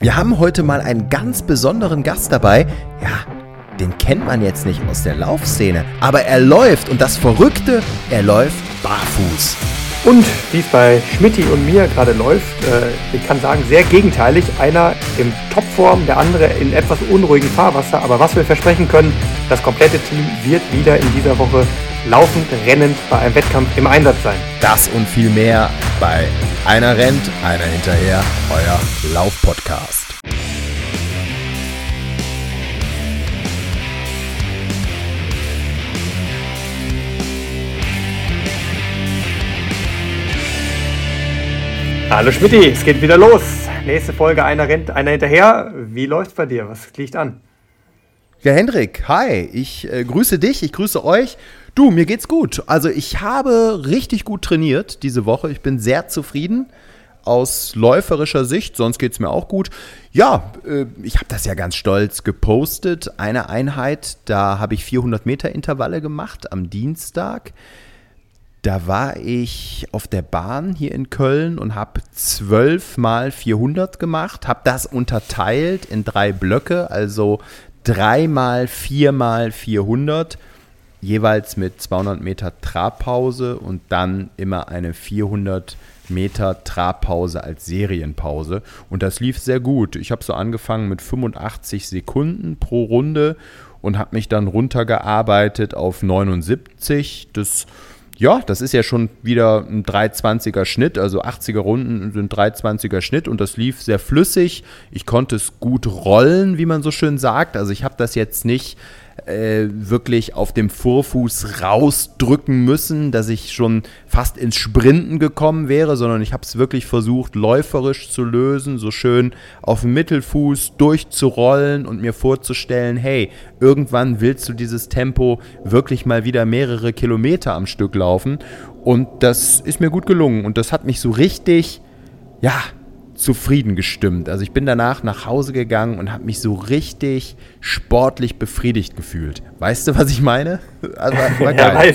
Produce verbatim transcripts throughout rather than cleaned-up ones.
Wir haben heute mal einen ganz besonderen Gast dabei. Ja, den kennt man jetzt nicht aus der Laufszene, aber er läuft und das Verrückte, er läuft barfuß. Und wie es bei Schmidti und mir gerade läuft, äh, ich kann sagen, sehr gegenteilig. Einer in Topform, der andere in etwas unruhigem Fahrwasser. Aber was wir versprechen können, das komplette Team wird wieder in dieser Woche laufend, rennend bei einem Wettkampf im Einsatz sein. Das und viel mehr bei Einer rennt, einer hinterher, euer Laufpodcast. Hallo Schmidti, es geht wieder los. Nächste Folge, einer rennt, einer hinterher. Wie läuft's bei dir? Was liegt an? Ja, Hendrik, hi, ich äh, grüße dich, ich grüße euch. Du, mir geht's gut. Also ich habe richtig gut trainiert diese Woche. Ich bin sehr zufrieden aus läuferischer Sicht, sonst geht's mir auch gut. Ja, äh, ich habe das ja ganz stolz gepostet. Eine Einheit, da habe ich vierhundert Meter Intervalle gemacht am Dienstag. Da war ich auf der Bahn hier in Köln und habe zwölf mal vierhundert gemacht, habe das unterteilt in drei Blöcke, also drei mal vier mal vierhundert, jeweils mit zweihundert Meter Trabpause und dann immer eine vierhundert Meter Trabpause als Serienpause. Und das lief sehr gut. Ich habe so angefangen mit fünfundachtzig Sekunden pro Runde und habe mich dann runtergearbeitet auf neunundsiebzig. Das Ja, das ist ja schon wieder ein dreihundertzwanziger Schnitt, also achtziger Runden sind dreihundertzwanziger Schnitt und das lief sehr flüssig. Ich konnte es gut rollen, wie man so schön sagt. Also ich habe das jetzt nicht äh, wirklich auf dem Vorfuß rausdrücken müssen, dass ich schon fast ins Sprinten gekommen wäre, sondern ich habe es wirklich versucht, läuferisch zu lösen, so schön auf dem Mittelfuß durchzurollen und mir vorzustellen, hey, irgendwann willst du dieses Tempo wirklich mal wieder mehrere Kilometer am Stück laufen. Und das ist mir gut gelungen und das hat mich so richtig, ja, zufrieden gestimmt. Also ich bin danach nach Hause gegangen und habe mich so richtig sportlich befriedigt gefühlt. Weißt du, was ich meine? Also war, war geil. Ja, weiß.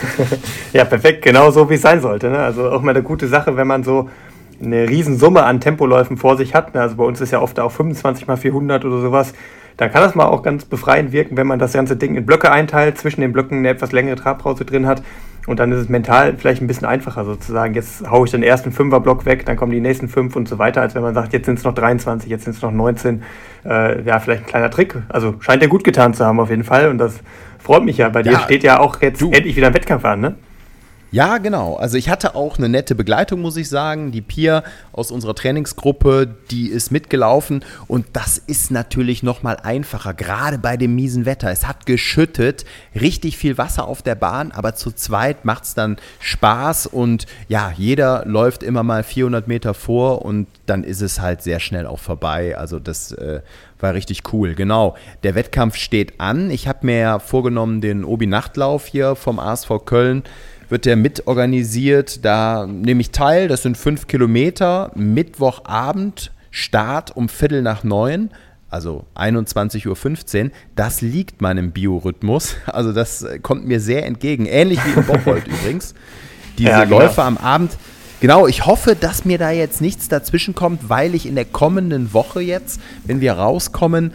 Ja, perfekt, genau so, wie es sein sollte. Ne? Also auch mal eine gute Sache, wenn man so eine Riesensumme an Tempoläufen vor sich hat. Ne? Also bei uns ist ja oft auch fünfundzwanzig mal vierhundert oder sowas. Dann kann das mal auch ganz befreiend wirken, wenn man das ganze Ding in Blöcke einteilt, zwischen den Blöcken eine etwas längere Trabpause drin hat. Und dann ist es mental vielleicht ein bisschen einfacher sozusagen. Jetzt haue ich den ersten Fünferblock weg, dann kommen die nächsten fünf und so weiter, als wenn man sagt, jetzt sind es noch dreiundzwanzig, jetzt sind es noch neunzehn. Äh, ja, vielleicht ein kleiner Trick. Also scheint dir gut getan zu haben auf jeden Fall. Und das freut mich ja. Bei dir ja, steht ja auch jetzt du. endlich wieder ein Wettkampf an, ne? Ja, genau. Also ich hatte auch eine nette Begleitung, muss ich sagen. Die Pia aus unserer Trainingsgruppe, die ist mitgelaufen und das ist natürlich nochmal einfacher, gerade bei dem miesen Wetter. Es hat geschüttet, richtig viel Wasser auf der Bahn, aber zu zweit macht es dann Spaß und ja, jeder läuft immer mal vierhundert Meter vor und dann ist es halt sehr schnell auch vorbei. Also das äh, war richtig cool. Genau, der Wettkampf steht an. Ich habe mir ja vorgenommen, den Obi-Nachtlauf hier vom A S V Köln wird der mitorganisiert, da nehme ich teil, das sind fünf Kilometer, Mittwochabend, Start um Viertel nach neun, also einundzwanzig Uhr fünfzehn, das liegt meinem Biorhythmus, also das kommt mir sehr entgegen, ähnlich wie im Bocholt übrigens, diese ja, genau. Läufe am Abend. Genau, ich hoffe, dass mir da jetzt nichts dazwischen kommt, weil ich in der kommenden Woche jetzt, wenn wir rauskommen,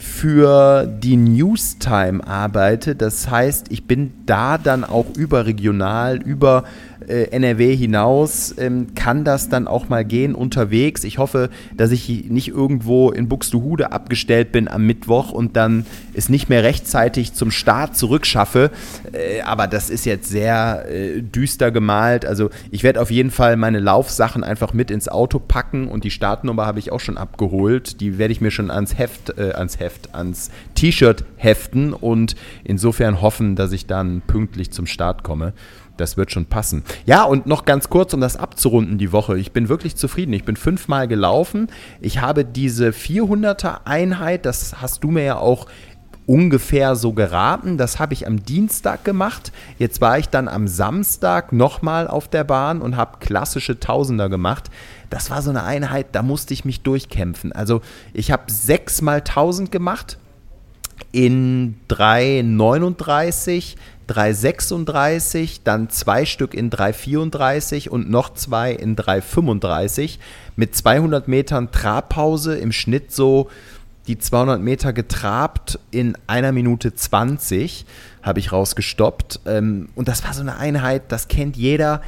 für die Newstime arbeite. Das heißt, ich bin da dann auch überregional, über äh, N R W hinaus, ähm, kann das dann auch mal gehen unterwegs. Ich hoffe, dass ich nicht irgendwo in Buxtehude abgestellt bin am Mittwoch und dann es nicht mehr rechtzeitig zum Start zurückschaffe. Äh, aber das ist jetzt sehr äh, düster gemalt. Also ich werde auf jeden Fall meine Laufsachen einfach mit ins Auto packen und die Startnummer habe ich auch schon abgeholt. Die werde ich mir schon ans Heft, äh, ans Heft, ans T-Shirt heften und insofern hoffen, dass ich dann pünktlich zum Start komme. Das wird schon passen. Ja, und noch ganz kurz, um das abzurunden die Woche. Ich bin wirklich zufrieden. Ich bin fünfmal gelaufen. Ich habe diese vierhunderter-Einheit, das hast du mir ja auch ungefähr so geraten. Das habe ich am Dienstag gemacht. Jetzt war ich dann am Samstag nochmal auf der Bahn und habe klassische Tausender gemacht. Das war so eine Einheit, da musste ich mich durchkämpfen. Also ich habe sechs mal tausend gemacht in drei neununddreißig. drei sechsunddreißig, dann zwei Stück in drei vierunddreißig und noch zwei in drei fünfunddreißig mit zweihundert Metern Trabpause, im Schnitt so die zweihundert Meter getrabt in einer Minute zwanzig, habe ich rausgestoppt. Und das war so eine Einheit, das kennt jeder.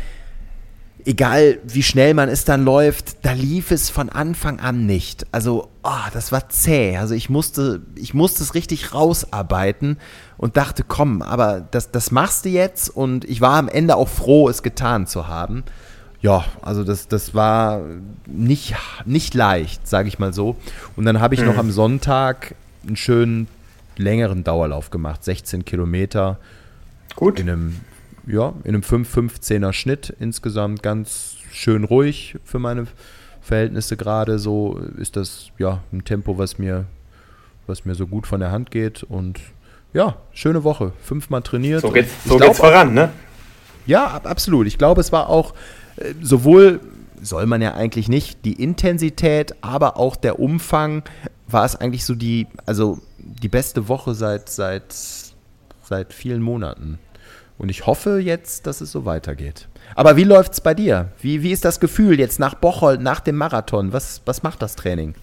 Egal wie schnell man es dann läuft, da lief es von Anfang an nicht. Also, oh, das war zäh. Also ich musste, ich musste es richtig rausarbeiten und dachte, komm, aber das, das machst du jetzt. Und ich war am Ende auch froh, es getan zu haben. Ja, also das, das war nicht, nicht leicht, sage ich mal so. Und dann habe ich mhm. noch am Sonntag einen schönen, längeren Dauerlauf gemacht, sechzehn Kilometer. Gut. In einem Ja, in einem fünf fünfzehner Schnitt insgesamt, ganz schön ruhig für meine Verhältnisse gerade. So ist das ja ein Tempo, was mir, was mir so gut von der Hand geht. Und ja, schöne Woche, fünfmal trainiert. So geht's, so geht's voran, ne? Ja, ab, absolut. Ich glaube, es war auch äh, sowohl, soll man ja eigentlich nicht, die Intensität, aber auch der Umfang war es eigentlich so die, also die beste Woche seit, seit, seit vielen Monaten. Und ich hoffe jetzt, dass es so weitergeht. Aber wie läuft es bei dir? Wie, wie ist das Gefühl jetzt nach Bocholt, nach dem Marathon? Was, was macht das Training?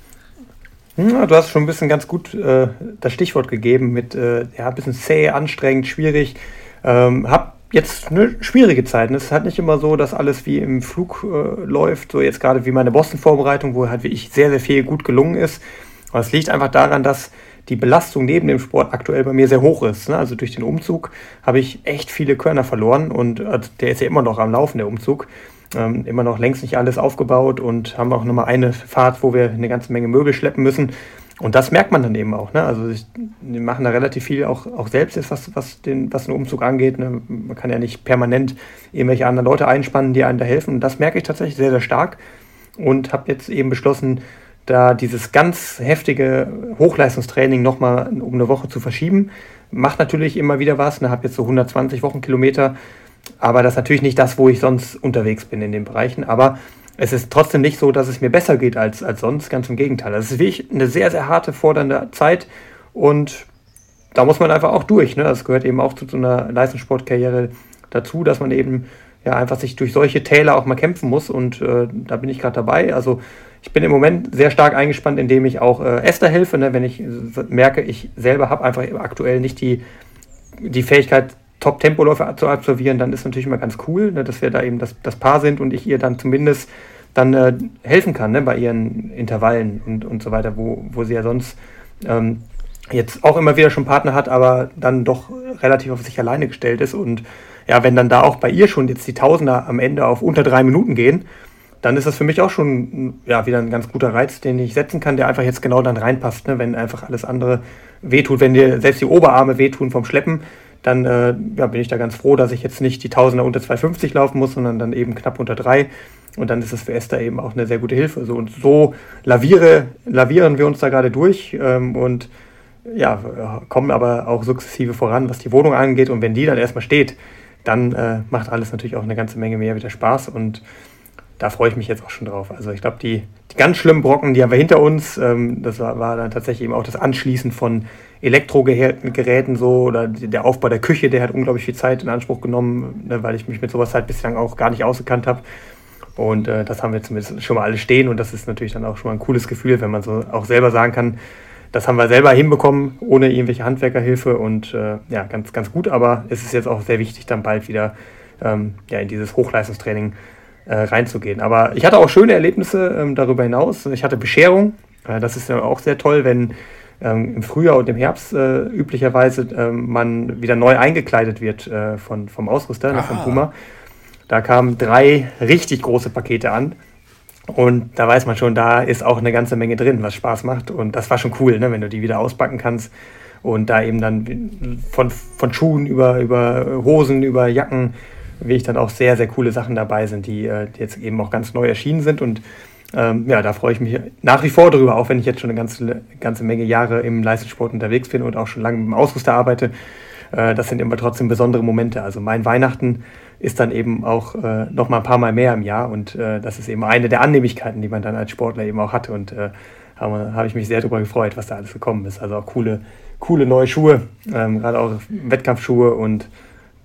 Ja, du hast schon ein bisschen ganz gut äh, das Stichwort gegeben mit äh, ja, ein bisschen zäh, anstrengend, schwierig. Ähm, hab jetzt eine schwierige Zeit. Es ist halt nicht immer so, dass alles wie im Flug äh, läuft. So jetzt gerade wie meine Boston-Vorbereitung, wo halt wie ich sehr, sehr viel gut gelungen ist. Aber es liegt einfach daran, dass die Belastung neben dem Sport aktuell bei mir sehr hoch ist. Also durch den Umzug habe ich echt viele Körner verloren und also der ist ja immer noch am Laufen, der Umzug. Ähm, immer noch längst nicht alles aufgebaut und haben auch nochmal eine Fahrt, wo wir eine ganze Menge Möbel schleppen müssen. Und das merkt man dann eben auch. Ne? Also ich, wir machen da relativ viel auch, auch selbst, jetzt, was, was, den, was den Umzug angeht. Ne? Man kann ja nicht permanent irgendwelche anderen Leute einspannen, die einem da helfen. Und das merke ich tatsächlich sehr, sehr stark und habe jetzt eben beschlossen, da dieses ganz heftige Hochleistungstraining nochmal um eine Woche zu verschieben. Macht natürlich immer wieder was, ne, habe jetzt so hundertzwanzig Wochenkilometer, aber das ist natürlich nicht das, wo ich sonst unterwegs bin in den Bereichen. Aber es ist trotzdem nicht so, dass es mir besser geht als, als sonst, ganz im Gegenteil. Also es ist wirklich eine sehr, sehr harte, fordernde Zeit und da muss man einfach auch durch. Ne? Das gehört eben auch zu so einer Leistungssportkarriere dazu, dass man eben ja einfach sich durch solche Täler auch mal kämpfen muss und äh, da bin ich gerade dabei. Also ich bin im Moment sehr stark eingespannt, indem ich auch äh, Esther helfe, ne? Wenn ich merke, ich selber habe einfach aktuell nicht die, die Fähigkeit, Top-Tempoläufe zu absolvieren, dann ist natürlich immer ganz cool, ne? Dass wir da eben das, das Paar sind und ich ihr dann zumindest dann äh, helfen kann, ne? Bei ihren Intervallen und, und so weiter, wo, wo sie ja sonst ähm, jetzt auch immer wieder schon Partner hat, aber dann doch relativ auf sich alleine gestellt ist. Und ja, wenn dann da auch bei ihr schon jetzt die Tausender am Ende auf unter drei Minuten gehen, dann ist das für mich auch schon ja, wieder ein ganz guter Reiz, den ich setzen kann, der einfach jetzt genau dann reinpasst. Ne? Wenn einfach alles andere wehtut, wenn dir selbst die Oberarme wehtun vom Schleppen, dann äh, ja, bin ich da ganz froh, dass ich jetzt nicht die Tausender unter zwei fünfzig laufen muss, sondern dann eben knapp unter drei. Und dann ist das für Esther eben auch eine sehr gute Hilfe. So, und so laviere, lavieren wir uns da gerade durch ähm, und ja, kommen aber auch sukzessive voran, was die Wohnung angeht. Und wenn die dann erstmal steht, dann äh, macht alles natürlich auch eine ganze Menge mehr wieder Spaß und da freue ich mich jetzt auch schon drauf. Also ich glaube, die, die ganz schlimmen Brocken, die haben wir hinter uns. Ähm, das war, war dann tatsächlich eben auch das Anschließen von Elektrogeräten so oder der Aufbau der Küche, der hat unglaublich viel Zeit in Anspruch genommen, ne, weil ich mich mit sowas halt bislang auch gar nicht ausgekannt habe. Und äh, das haben wir zumindest schon mal alle stehen und das ist natürlich dann auch schon mal ein cooles Gefühl, wenn man so auch selber sagen kann, das haben wir selber hinbekommen, ohne irgendwelche Handwerkerhilfe und äh, ja, ganz, ganz gut. Aber es ist jetzt auch sehr wichtig, dann bald wieder ähm, ja, in dieses Hochleistungstraining reinzugehen. Aber ich hatte auch schöne Erlebnisse ähm, darüber hinaus. Ich hatte Bescherung. Äh, das ist ja auch sehr toll, wenn ähm, im Frühjahr und im Herbst äh, üblicherweise äh, man wieder neu eingekleidet wird äh, von, vom Ausrüster, ah. von Puma. Da kamen drei richtig große Pakete an. Und da weiß man schon, da ist auch eine ganze Menge drin, was Spaß macht. Und das war schon cool, ne, wenn du die wieder auspacken kannst. Und da eben dann von, von Schuhen über, über Hosen, über Jacken, wirklich dann auch sehr, sehr coole Sachen dabei sind, die, die jetzt eben auch ganz neu erschienen sind und ähm, ja, da freue ich mich nach wie vor drüber, auch wenn ich jetzt schon eine ganze, ganze Menge Jahre im Leistungssport unterwegs bin und auch schon lange mit dem Ausrüster arbeite. Äh, das sind immer trotzdem besondere Momente. Also mein Weihnachten ist dann eben auch äh, noch mal ein paar Mal mehr im Jahr und äh, das ist eben eine der Annehmlichkeiten, die man dann als Sportler eben auch hat und äh, habe hab ich mich sehr darüber gefreut, was da alles gekommen ist. Also auch coole, coole neue Schuhe, ähm, gerade auch Wettkampfschuhe und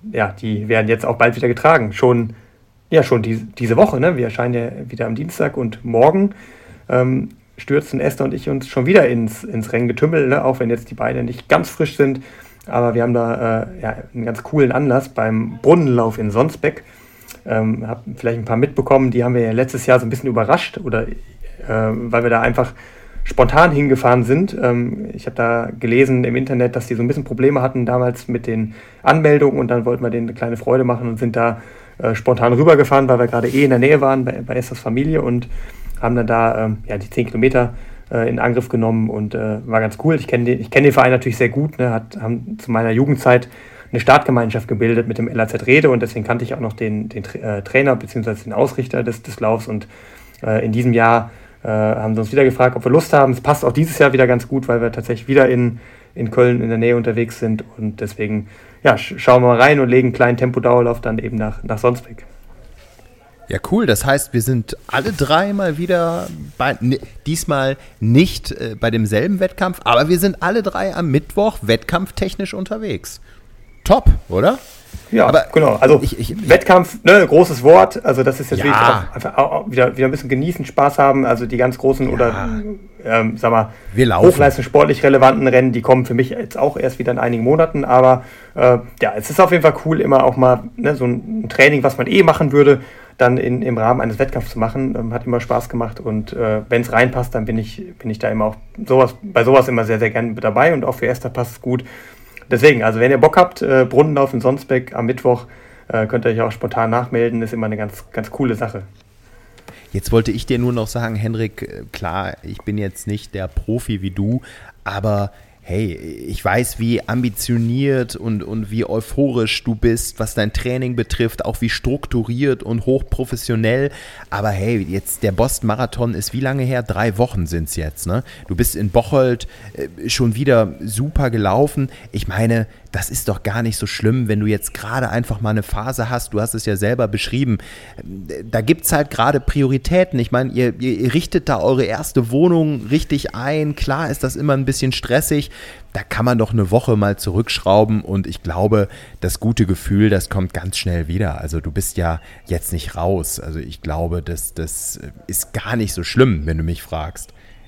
ja, die werden jetzt auch bald wieder getragen. Schon, ja, schon die, diese Woche, ne? Wir erscheinen ja wieder am Dienstag und morgen ähm, stürzen Esther und ich uns schon wieder ins, ins Renngetümmel, ne? Auch wenn jetzt die Beine nicht ganz frisch sind. Aber wir haben da äh, ja, einen ganz coolen Anlass beim Brunnenlauf in Sonsbeck. Ähm, hab vielleicht ein paar mitbekommen, die haben wir ja letztes Jahr so ein bisschen überrascht, oder äh, weil wir da einfach spontan hingefahren sind. Ähm, ich habe da gelesen im Internet, dass die so ein bisschen Probleme hatten damals mit den Anmeldungen, und dann wollten wir denen eine kleine Freude machen und sind da äh, spontan rübergefahren, weil wir gerade eh in der Nähe waren bei, bei Esthers Familie, und haben dann da ähm, ja, die zehn Kilometer in Angriff genommen, und äh, war ganz cool. Ich kenne den, ich kenn den Verein natürlich sehr gut, ne, hat, haben zu meiner Jugendzeit eine Startgemeinschaft gebildet mit dem L A Z Rede, und deswegen kannte ich auch noch den, den äh, Trainer bzw. den Ausrichter des, des Laufs, und äh, in diesem Jahr äh, haben sie uns wieder gefragt, ob wir Lust haben. Es passt auch dieses Jahr wieder ganz gut, weil wir tatsächlich wieder in, in Köln in der Nähe unterwegs sind, und deswegen ja, sch- schauen wir mal rein und legen einen kleinen Tempodauerlauf dann eben nach, nach Sonsbeck. Ja, cool. Das heißt, wir sind alle drei mal wieder, bei, ne, diesmal nicht äh, bei demselben Wettkampf, aber wir sind alle drei am Mittwoch wettkampftechnisch unterwegs. Top, oder? Ja, aber genau. Also ich, ich, ich, Wettkampf, ne, großes Wort. Also das ist jetzt ja. auch einfach auch wieder, wieder ein bisschen genießen, Spaß haben. Also die ganz großen ja. oder ähm, sag mal, hochleistungssportlich relevanten Rennen, die kommen für mich jetzt auch erst wieder in einigen Monaten. Aber äh, ja, es ist auf jeden Fall cool, immer auch mal ne, so ein Training, was man eh machen würde, dann in, im Rahmen eines Wettkampfs zu machen. Ähm, hat immer Spaß gemacht, und äh, wenn es reinpasst, dann bin ich, bin ich da immer auch sowas, bei sowas immer sehr, sehr gerne dabei, und auch für Esther passt es gut. Deswegen, also wenn ihr Bock habt, äh, Brunnenlauf in Sonsbeck am Mittwoch, äh, könnt ihr euch auch spontan nachmelden, ist immer eine ganz, ganz coole Sache. Jetzt wollte ich dir nur noch sagen, Henrik, klar, ich bin jetzt nicht der Profi wie du, aber hey, ich weiß, wie ambitioniert und, und wie euphorisch du bist, was dein Training betrifft, auch wie strukturiert und hochprofessionell. Aber hey, jetzt der Boston-Marathon ist wie lange her? Drei Wochen sind es jetzt, ne? Du bist in Bocholt äh, schon wieder super gelaufen. Ich meine, das ist doch gar nicht so schlimm, wenn du jetzt gerade einfach mal eine Phase hast, du hast es ja selber beschrieben, da gibt es halt gerade Prioritäten. Ich meine, ihr, ihr richtet da eure erste Wohnung richtig ein, klar ist das immer ein bisschen stressig, da kann man doch eine Woche mal zurückschrauben, und ich glaube, das gute Gefühl, das kommt ganz schnell wieder. Also du bist ja jetzt nicht raus, also ich glaube, das, das ist gar nicht so schlimm, wenn du mich fragst.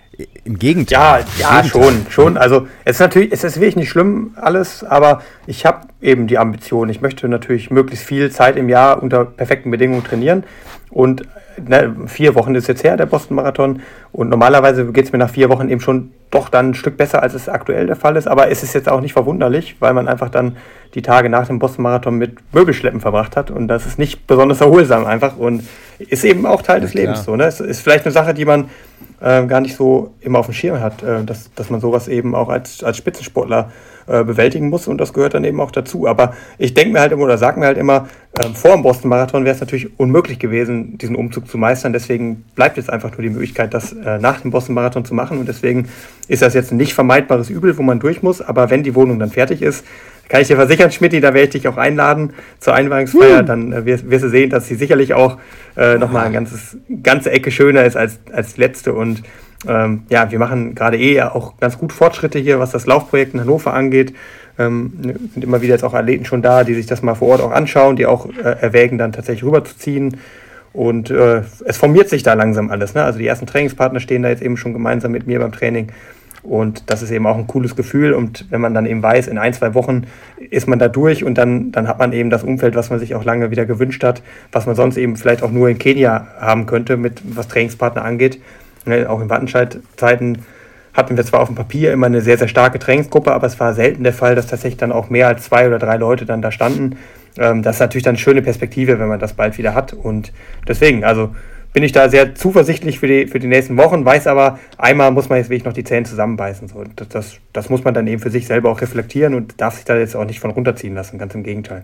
Im Gegenteil. Ja, im ja, Gegenteil. schon, schon. Also es ist natürlich, es ist wirklich nicht schlimm alles, aber ich habe eben die Ambition. Ich möchte natürlich möglichst viel Zeit im Jahr unter perfekten Bedingungen trainieren, und ne, vier Wochen ist jetzt her, der Boston-Marathon, und normalerweise geht es mir nach vier Wochen eben schon doch dann ein Stück besser, als es aktuell der Fall ist, aber es ist jetzt auch nicht verwunderlich, weil man einfach dann die Tage nach dem Boston-Marathon mit Möbelschleppen verbracht hat, und das ist nicht besonders erholsam einfach, und ist eben auch Teil des ja, Lebens so. Ne? Es ist vielleicht eine Sache, die man äh, gar nicht so immer auf dem Schirm hat, äh, dass, dass man sowas eben auch als, als Spitzensportler äh, bewältigen muss, und das gehört dann eben auch dazu. Aber ich denke mir halt immer oder sage mir halt immer, äh, vor dem Boston-Marathon wäre es natürlich unmöglich gewesen, diesen Umzug zu meistern. Deswegen bleibt jetzt einfach nur die Möglichkeit, das äh, nach dem Boston-Marathon zu machen, und deswegen ist das jetzt ein nicht vermeidbares Übel, wo man durch muss. Aber wenn die Wohnung dann fertig ist, kann ich dir versichern, Schmidti, da werde ich dich auch einladen zur Einweihungsfeier. Mhm. Dann äh, wirst, wirst du sehen, dass sie sicherlich auch äh, nochmal eine ganzes, ganze Ecke schöner ist als, als die letzte. Und ähm, ja, wir machen gerade eh auch ganz gut Fortschritte hier, was das Laufprojekt in Hannover angeht. Ähm, sind immer wieder jetzt auch Athleten schon da, die sich das mal vor Ort auch anschauen, die auch äh, erwägen, dann tatsächlich rüberzuziehen. Und äh, es formiert sich da langsam alles. Ne? Also die ersten Trainingspartner stehen da jetzt eben schon gemeinsam mit mir beim Training. Und das ist eben auch ein cooles Gefühl. Und wenn man dann eben weiß, in ein, zwei Wochen ist man da durch, und dann, dann hat man eben das Umfeld, was man sich auch lange wieder gewünscht hat, was man sonst eben vielleicht auch nur in Kenia haben könnte, mit was Trainingspartner angeht. Auch in Wattenscheid-Zeiten hatten wir zwar auf dem Papier immer eine sehr, sehr starke Trainingsgruppe, aber es war selten der Fall, dass tatsächlich dann auch mehr als zwei oder drei Leute dann da standen. Das ist natürlich dann eine schöne Perspektive, wenn man das bald wieder hat. Und deswegen, also bin ich da sehr zuversichtlich für die, für die nächsten Wochen, weiß aber, einmal muss man jetzt wirklich noch die Zähne zusammenbeißen. So. Das, das, das muss man dann eben für sich selber auch reflektieren und darf sich da jetzt auch nicht von runterziehen lassen, ganz im Gegenteil.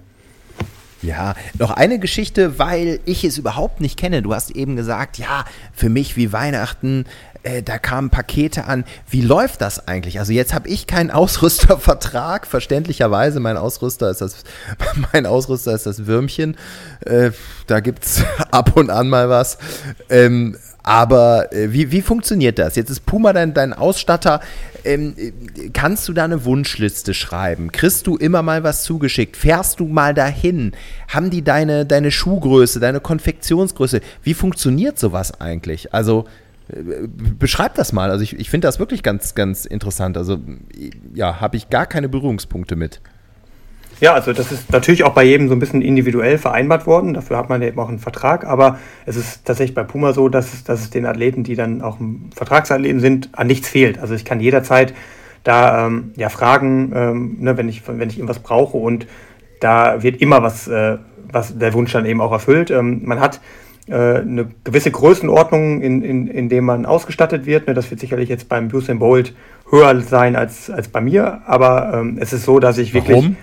Ja, noch eine Geschichte, weil ich es überhaupt nicht kenne. Du hast eben gesagt, ja, für mich wie Weihnachten, äh, da kamen Pakete an. Wie läuft das eigentlich? Also jetzt habe ich keinen Ausrüstervertrag, verständlicherweise. Mein Ausrüster ist das, mein Ausrüster ist das Würmchen. Äh, da gibt es ab und an mal was. Ähm, Aber äh, wie, wie funktioniert das? Jetzt ist Puma dein, dein Ausstatter. Ähm, kannst du da eine Wunschliste schreiben? Kriegst du immer mal was zugeschickt? Fährst du mal dahin? Haben die deine, deine Schuhgröße, deine Konfektionsgröße? Wie funktioniert sowas eigentlich? Also äh, beschreib das mal. Also ich, ich finde das wirklich ganz, ganz interessant. Also ja, habe ich gar keine Berührungspunkte mit. Ja, also das ist natürlich auch bei jedem so ein bisschen individuell vereinbart worden. Dafür hat man ja eben auch einen Vertrag. Aber es ist tatsächlich bei Puma so, dass es, dass es den Athleten, die dann auch Vertragsathleten sind, an nichts fehlt. Also ich kann jederzeit da ähm, ja, fragen, ähm, ne, wenn ich, wenn ich irgendwas brauche. Und da wird immer was, äh, was der Wunsch dann eben auch erfüllt. Ähm, man hat äh, eine gewisse Größenordnung, in, in, in dem man ausgestattet wird. Ne, das wird sicherlich jetzt beim Usain Bolt höher sein als, als bei mir, aber ähm, es ist so, dass ich wirklich... Warum?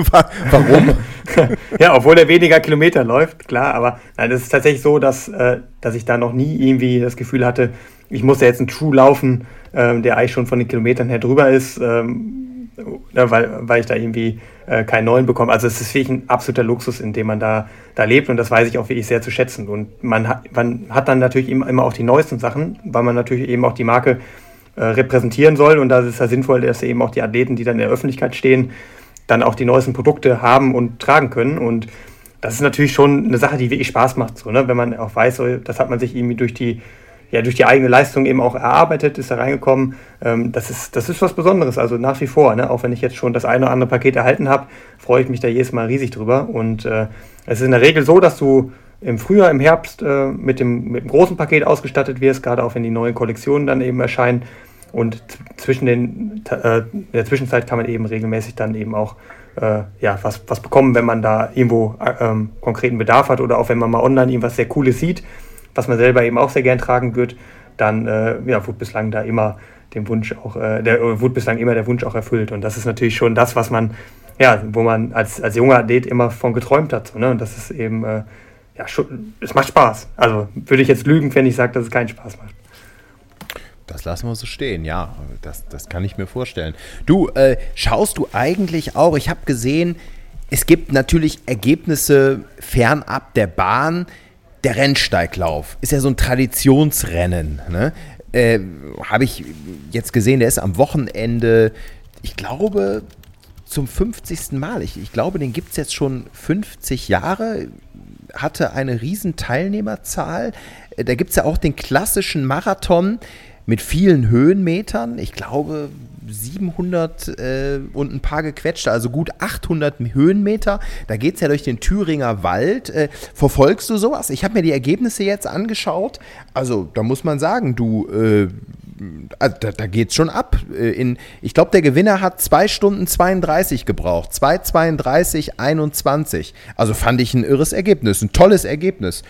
Warum? Ja, obwohl er weniger Kilometer läuft, klar, aber nein, es ist tatsächlich so, dass, äh, dass ich da noch nie irgendwie das Gefühl hatte, ich muss ja jetzt einen True laufen, ähm, der eigentlich schon von den Kilometern her drüber ist, ähm, weil, weil ich da irgendwie äh, keinen neuen bekomme. Also es ist wirklich ein absoluter Luxus, in dem man da, da lebt, und das weiß ich auch wirklich sehr zu schätzen. Und man hat, man hat dann natürlich immer, immer auch die neuesten Sachen, weil man natürlich eben auch die Marke repräsentieren soll, und da ist es ja sinnvoll, dass eben auch die Athleten, die dann in der Öffentlichkeit stehen, dann auch die neuesten Produkte haben und tragen können, und das ist natürlich schon eine Sache, die wirklich Spaß macht, so, ne? Wenn man auch weiß, so, das hat man sich irgendwie durch die, ja, durch die eigene Leistung eben auch erarbeitet, ist da reingekommen, ähm, das ist, das ist was Besonderes, also nach wie vor, ne? Auch wenn ich jetzt schon das eine oder andere Paket erhalten habe, freue ich mich da jedes Mal riesig drüber, und äh, es ist in der Regel so, dass du im Frühjahr, im Herbst äh, mit, dem, mit dem großen Paket ausgestattet wirst, gerade auch wenn die neuen Kollektionen dann eben erscheinen. Und zwischen den, äh, in der Zwischenzeit kann man eben regelmäßig dann eben auch äh, ja, was, was bekommen, wenn man da irgendwo äh, ähm, konkreten Bedarf hat, oder auch wenn man mal online irgendwas sehr Cooles sieht, was man selber eben auch sehr gern tragen wird, dann äh, ja, wurde bislang da immer dem Wunsch auch, äh, der, wurde bislang immer der Wunsch auch erfüllt. Und das ist natürlich schon das, was man, ja, wo man als, als junger Athlet immer von geträumt hat. So, ne? Und das ist eben, äh, ja, schon, es macht Spaß. Also würde ich jetzt lügen, wenn ich sage, dass es keinen Spaß macht. Das lassen wir so stehen, ja, das, das kann ich mir vorstellen. Du, äh, schaust du eigentlich auch, ich habe gesehen, es gibt natürlich Ergebnisse fernab der Bahn. Der Rennsteiglauf ist ja so ein Traditionsrennen, ne? Äh, habe ich jetzt gesehen, der ist am Wochenende, ich glaube, zum fünfzigsten Mal. Ich, ich glaube, den gibt es jetzt schon fünfzig Jahre, hatte eine riesen Teilnehmerzahl. Da gibt es ja auch den klassischen Marathon mit vielen Höhenmetern, ich glaube siebenhundert äh, und ein paar gequetschte, also gut achthundert Höhenmeter. Da geht es ja durch den Thüringer Wald. Äh, verfolgst du sowas? Ich habe mir die Ergebnisse jetzt angeschaut. Also da muss man sagen, du, äh, also, da, da geht es schon ab. Äh, in, ich glaube, der Gewinner hat zwei Stunden zweiunddreißig gebraucht. zwei zweiunddreißig einundzwanzig. Also fand ich ein irres Ergebnis, ein tolles Ergebnis.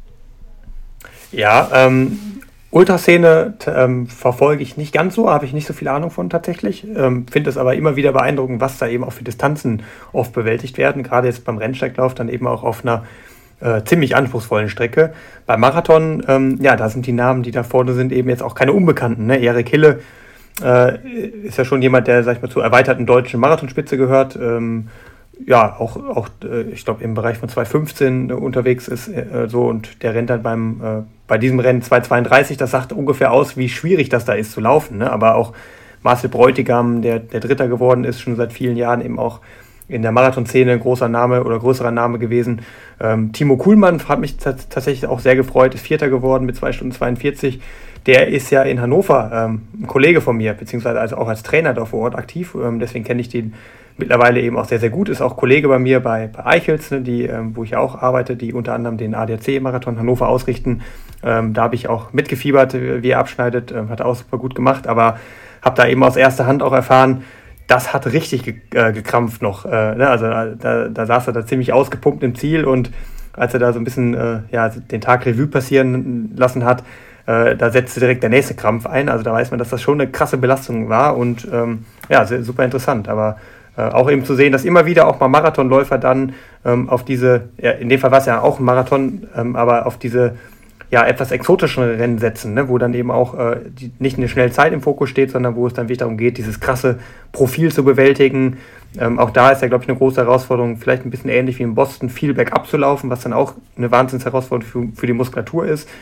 Ja, ähm... Ultraszene ähm, verfolge ich nicht ganz so, habe ich nicht so viel Ahnung von tatsächlich. Ähm, finde es aber immer wieder beeindruckend, was da eben auch für Distanzen oft bewältigt werden. Gerade jetzt beim Rennsteiglauf dann eben auch auf einer äh, ziemlich anspruchsvollen Strecke. Beim Marathon, ähm, ja, da sind die Namen, die da vorne sind, eben jetzt auch keine Unbekannten. Ne? Erik Hille äh, ist ja schon jemand, der, sag ich mal, zur erweiterten deutschen Marathonspitze gehört. Ähm, ja, auch, auch ich glaube, im Bereich von zwei fünfzehn unterwegs ist äh, so, und der rennt dann beim, äh, bei diesem Rennen zwei zweiunddreißig, das sagt ungefähr aus, wie schwierig das da ist zu laufen, ne? Aber auch Marcel Bräutigam, der, der Dritter geworden ist, schon seit vielen Jahren eben auch in der Marathonszene ein großer Name oder größerer Name gewesen. Ähm, Timo Kuhlmann hat mich t- tatsächlich auch sehr gefreut, ist Vierter geworden mit zwei Stunden zweiundvierzig. Der ist ja in Hannover ähm, ein Kollege von mir, beziehungsweise also auch als Trainer da vor Ort aktiv, ähm, deswegen kenne ich den mittlerweile eben auch sehr, sehr gut, ist auch Kollege bei mir bei, bei Eichels, ne, die, ähm, wo ich auch arbeite, die unter anderem den A D A C-Marathon Hannover ausrichten. Ähm, da habe ich auch mitgefiebert, wie er abschneidet, ähm, hat er auch super gut gemacht, aber habe da eben aus erster Hand auch erfahren, das hat richtig ge- äh, gekrampft noch. Äh, ne? Also da, da saß er da ziemlich ausgepumpt im Ziel, und als er da so ein bisschen äh, ja, den Tag Revue passieren lassen hat, äh, da setzte direkt der nächste Krampf ein. Also da weiß man, dass das schon eine krasse Belastung war, und ähm, ja, sehr, super interessant. Aber auch eben zu sehen, dass immer wieder auch mal Marathonläufer dann ähm, auf diese, ja, in dem Fall war es ja auch ein Marathon, ähm, aber auf diese ja, etwas exotischere Rennen setzen, ne, wo dann eben auch äh, die, nicht eine schnelle Zeit im Fokus steht, sondern wo es dann wirklich darum geht, dieses krasse Profil zu bewältigen. Ähm, auch da ist ja, glaube ich, eine große Herausforderung, vielleicht ein bisschen ähnlich wie in Boston, viel bergab zu laufen, was dann auch eine Wahnsinnsherausforderung für, für die Muskulatur ist.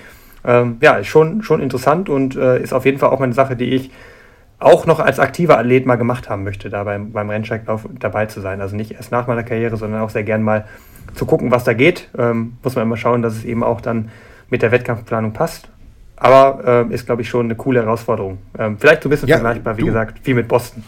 Ähm, ja, ist schon, schon interessant und äh, ist auf jeden Fall auch eine Sache, die ich auch noch als aktiver Athlet mal gemacht haben möchte, da beim, beim Rennsteiglauf dabei zu sein. Also nicht erst nach meiner Karriere, sondern auch sehr gern mal zu gucken, was da geht. Ähm, muss man immer schauen, dass es eben auch dann mit der Wettkampfplanung passt. Aber äh, ist, glaube ich, schon eine coole Herausforderung. Ähm, vielleicht so ein bisschen ja, vergleichbar, wie du. gesagt, wie mit Boston.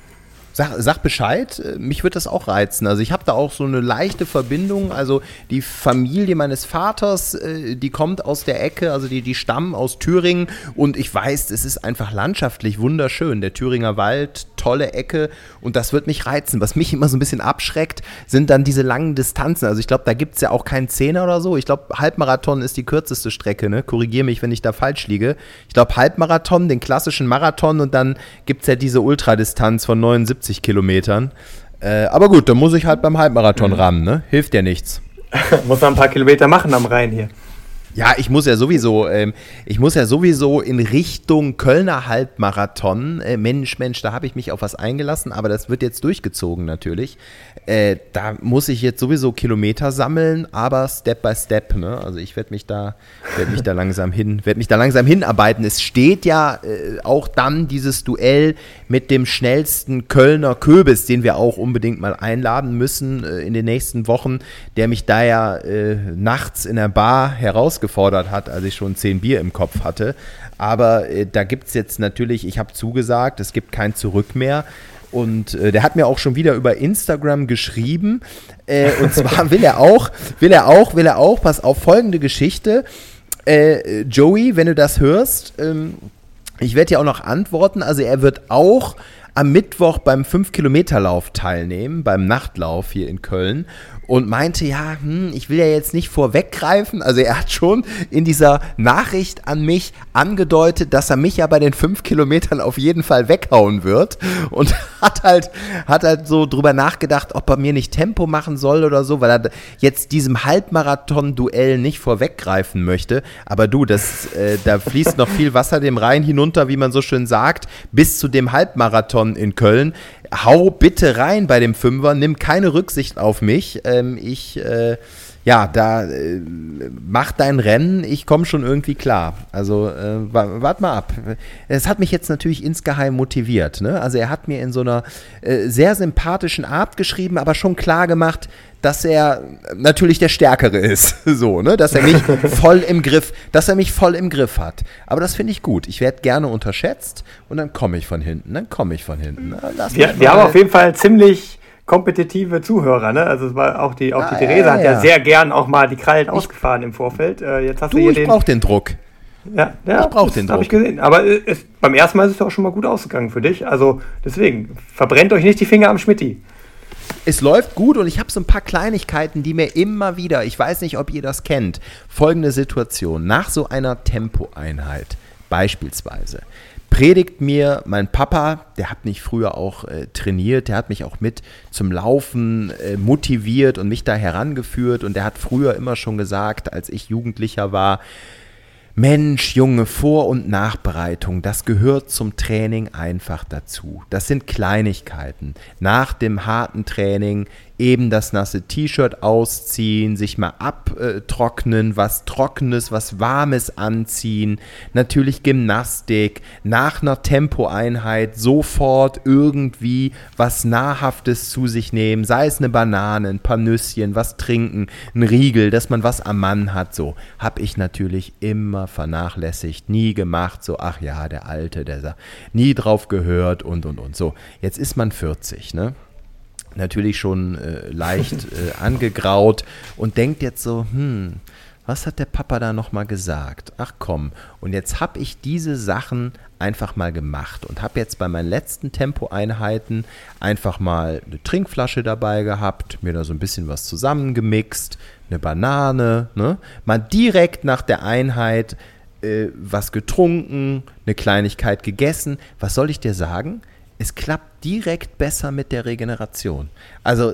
Sag, sag Bescheid, mich würde das auch reizen. Also ich habe da auch so eine leichte Verbindung. Also die Familie meines Vaters, die kommt aus der Ecke, also die, die stammen aus Thüringen und ich weiß, es ist einfach landschaftlich wunderschön. Der Thüringer Wald, tolle Ecke und das wird mich reizen. Was mich immer so ein bisschen abschreckt, sind dann diese langen Distanzen. Also ich glaube, da gibt es ja auch keinen Zehner oder so. Ich glaube, Halbmarathon ist die kürzeste Strecke, ne? Korrigiere mich, wenn ich da falsch liege. Ich glaube, Halbmarathon, den klassischen Marathon und dann gibt es ja diese Ultradistanz von neunundsiebzig Kilometern. Äh, aber gut, dann muss ich halt beim Halbmarathon mhm. ran, ne? Hilft ja nichts. Muss noch ein paar Kilometer machen am Rhein hier. Ja, ich muss ja sowieso, ähm, ich muss ja sowieso in Richtung Kölner Halbmarathon. Äh, Mensch, Mensch, da habe ich mich auf was eingelassen, aber das wird jetzt durchgezogen natürlich. Äh, da muss ich jetzt sowieso Kilometer sammeln, aber Step by Step. Ne? Also ich werde mich da, werde mich da langsam hin, werde mich da langsam hinarbeiten. Es steht ja äh, auch dann dieses Duell mit dem schnellsten Kölner Köbis, den wir auch unbedingt mal einladen müssen äh, in den nächsten Wochen, der mich da ja äh, nachts in der Bar herausgefordert gefordert hat, als ich schon zehn Bier im Kopf hatte. Aber äh, da gibt es jetzt natürlich, ich habe zugesagt, es gibt kein Zurück mehr. Und äh, der hat mir auch schon wieder über Instagram geschrieben. Äh, und zwar will er auch, will er auch, will er auch, pass auf, folgende Geschichte. Äh, Joey, wenn du das hörst, ähm, ich werde dir auch noch antworten. Also er wird auch am Mittwoch beim fünf Kilometer Lauf teilnehmen, beim Nachtlauf hier in Köln. Und meinte, ja, hm, ich will ja jetzt nicht vorweggreifen. Also er hat schon in dieser Nachricht an mich angedeutet, dass er mich ja bei den fünf Kilometern auf jeden Fall weghauen wird. Und hat halt, hat halt so drüber nachgedacht, ob er mir nicht Tempo machen soll oder so, weil er jetzt diesem Halbmarathon-Duell nicht vorweggreifen möchte. Aber du, das, äh, da fließt noch viel Wasser dem Rhein hinunter, wie man so schön sagt, bis zu dem Halbmarathon in Köln. Hau bitte rein bei dem Fünfer, nimm keine Rücksicht auf mich. Ähm, ich, äh, ja, da, äh, mach dein Rennen, ich komme schon irgendwie klar. Also, äh, warte mal ab. Es hat mich jetzt natürlich insgeheim motiviert, ne? Also, er hat mir in so einer äh, sehr sympathischen Art geschrieben, aber schon klar gemacht, dass er natürlich der Stärkere ist, so, ne, dass er mich voll im Griff, dass er mich voll im Griff hat. Aber das finde ich gut. Ich werde gerne unterschätzt und dann komme ich von hinten, dann komme ich von hinten. Lass wir wir haben auf jeden Fall ziemlich kompetitive Zuhörer, ne? Also es war auch die, auch die ah, Theresa ja, hat ja, ja sehr gern auch mal die Krallen ich, ausgefahren im Vorfeld. Äh, jetzt hast du, du hier ich den. brauche den Druck. Ja, ja, ich brauche den Druck. Habe ich gesehen. Aber es, beim ersten Mal ist es auch schon mal gut ausgegangen für dich. Also deswegen verbrennt euch nicht die Finger am Schmitti. Es läuft gut und ich habe so ein paar Kleinigkeiten, die mir immer wieder, ich weiß nicht, ob ihr das kennt, folgende Situation, nach so einer Tempoeinheit beispielsweise, predigt mir mein Papa, der hat mich früher auch äh, trainiert, der hat mich auch mit zum Laufen äh, motiviert und mich da herangeführt und der hat früher immer schon gesagt, als ich Jugendlicher war, Mensch, Junge, Vor- und Nachbereitung, das gehört zum Training einfach dazu. Das sind Kleinigkeiten. Nach dem harten Training eben das nasse T-Shirt ausziehen, sich mal abtrocknen, was Trockenes, was Warmes anziehen, natürlich Gymnastik, nach einer Tempoeinheit sofort irgendwie was Nahrhaftes zu sich nehmen, sei es eine Banane, ein paar Nüsschen, was trinken, ein Riegel, dass man was am Mann hat, so. Habe ich natürlich immer vernachlässigt, nie gemacht, so, ach ja, der Alte, der sagt, nie drauf gehört und, und, und, so. Jetzt ist man vierzig, ne? Natürlich schon äh, leicht äh, angegraut und denkt jetzt so, hm, was hat der Papa da nochmal gesagt? Ach komm, und jetzt habe ich diese Sachen einfach mal gemacht und habe jetzt bei meinen letzten Tempoeinheiten einfach mal eine Trinkflasche dabei gehabt, mir da so ein bisschen was zusammengemixt, eine Banane, ne? Mal direkt nach der Einheit äh, was getrunken, eine Kleinigkeit gegessen. Was soll ich dir sagen? Es klappt direkt besser mit der Regeneration. Also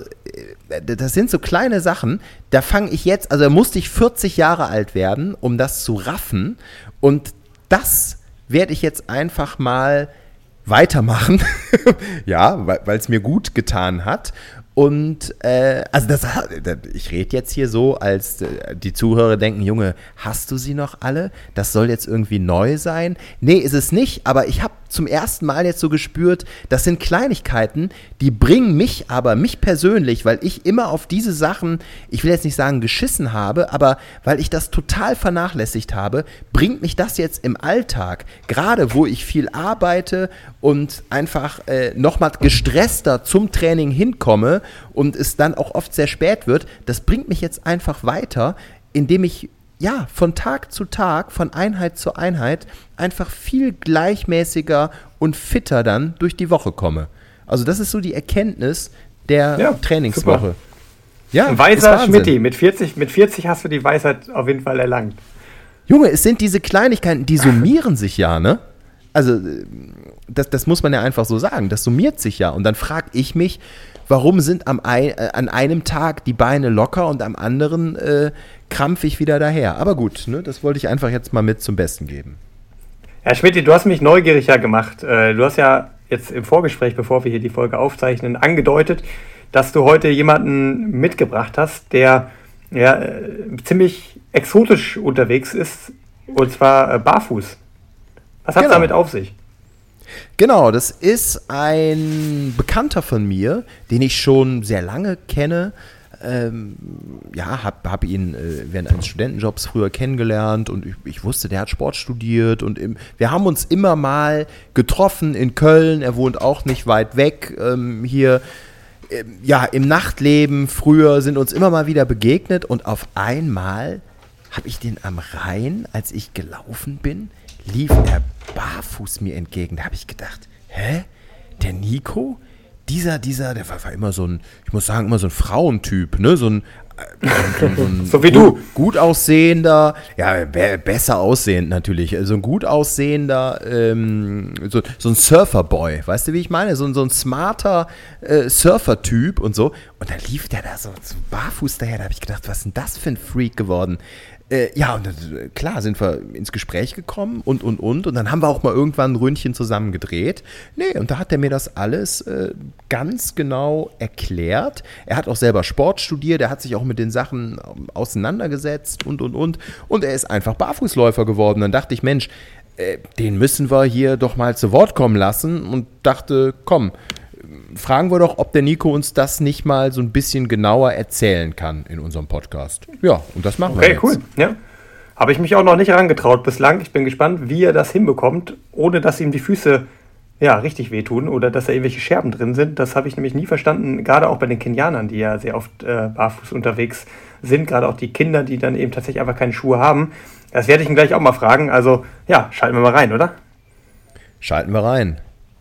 das sind so kleine Sachen, da fange ich jetzt, also da musste ich vierzig Jahre alt werden, um das zu raffen und das werde ich jetzt einfach mal weitermachen, ja, weil es mir gut getan hat Und äh, also das, ich rede jetzt hier so, als äh, die Zuhörer denken, Junge, hast du sie noch alle? Das soll jetzt irgendwie neu sein? Nee, ist es nicht, aber ich habe zum ersten Mal jetzt so gespürt, das sind Kleinigkeiten, die bringen mich aber, mich persönlich, weil ich immer auf diese Sachen, ich will jetzt nicht sagen geschissen habe, aber weil ich das total vernachlässigt habe, bringt mich das jetzt im Alltag, gerade wo ich viel arbeite und einfach äh, nochmal gestresster zum Training hinkomme und es dann auch oft sehr spät wird, das bringt mich jetzt einfach weiter, indem ich ja, von Tag zu Tag, von Einheit zu Einheit einfach viel gleichmäßiger und fitter dann durch die Woche komme. Also das ist so die Erkenntnis der ja, Trainingswoche. Ja, ein weiser Schmitti, mit vierzig, mit vierzig hast du die Weisheit auf jeden Fall erlangt. Junge, es sind diese Kleinigkeiten, die summieren sich ja, ne? Also das, das muss man ja einfach so sagen, das summiert sich ja. Und dann frage ich mich, warum sind am ein, äh, an einem Tag die Beine locker und am anderen äh, krampfig wieder daher? Aber gut, ne, das wollte ich einfach jetzt mal mit zum Besten geben. Herr Schmidt, du hast mich neugierig ja gemacht. Äh, du hast ja jetzt im Vorgespräch, bevor wir hier die Folge aufzeichnen, angedeutet, dass du heute jemanden mitgebracht hast, der ja, äh, ziemlich exotisch unterwegs ist, und zwar äh, barfuß. Was hat es genau. damit auf sich? Genau, das ist ein Bekannter von mir, den ich schon sehr lange kenne. Ähm, ja, habe hab ihn äh, während eines Studentenjobs früher kennengelernt und ich, ich wusste, der hat Sport studiert und im, wir haben uns immer mal getroffen in Köln. Er wohnt auch nicht weit weg ähm, hier. Äh, ja, im Nachtleben früher sind uns immer mal wieder begegnet und auf einmal habe ich den am Rhein, als ich gelaufen bin, lief er barfuß mir entgegen. Da habe ich gedacht, hä? Der Nico? Dieser, dieser, der war, war immer so ein, ich muss sagen, immer so ein Frauentyp, ne? So ein, so, so, ein so wie gut, du. Gut aussehender, ja, be- besser aussehend natürlich, so ein gut aussehender, ähm, so, so ein Surferboy, weißt du, wie ich meine? So, so ein smarter äh, Surfer-Typ und so. Und dann lief der da so, so barfuß daher, da habe ich gedacht, was ist denn das für ein Freak geworden? Äh, ja, und äh, klar sind wir ins Gespräch gekommen und, und, und. Und dann haben wir auch mal irgendwann ein Ründchen zusammen gedreht. Nee, und da hat er mir das alles äh, ganz genau erklärt. Er hat auch selber Sport studiert, er hat sich auch mit den Sachen auseinandergesetzt und, und, und. Und er ist einfach Barfußläufer geworden. Dann dachte ich, Mensch, äh, den müssen wir hier doch mal zu Wort kommen lassen. Und dachte, komm, fragen wir doch, ob der Nico uns das nicht mal so ein bisschen genauer erzählen kann in unserem Podcast. Ja, und das machen okay, wir jetzt. Okay, cool. Ja. Habe ich mich auch noch nicht herangetraut bislang. Ich bin gespannt, wie er das hinbekommt, ohne dass ihm die Füße ja, richtig wehtun oder dass da irgendwelche Scherben drin sind. Das habe ich nämlich nie verstanden, gerade auch bei den Kenianern, die ja sehr oft äh, barfuß unterwegs sind, gerade auch die Kinder, die dann eben tatsächlich einfach keine Schuhe haben. Das werde ich ihn gleich auch mal fragen. Also ja, schalten wir mal rein, oder? Schalten wir rein.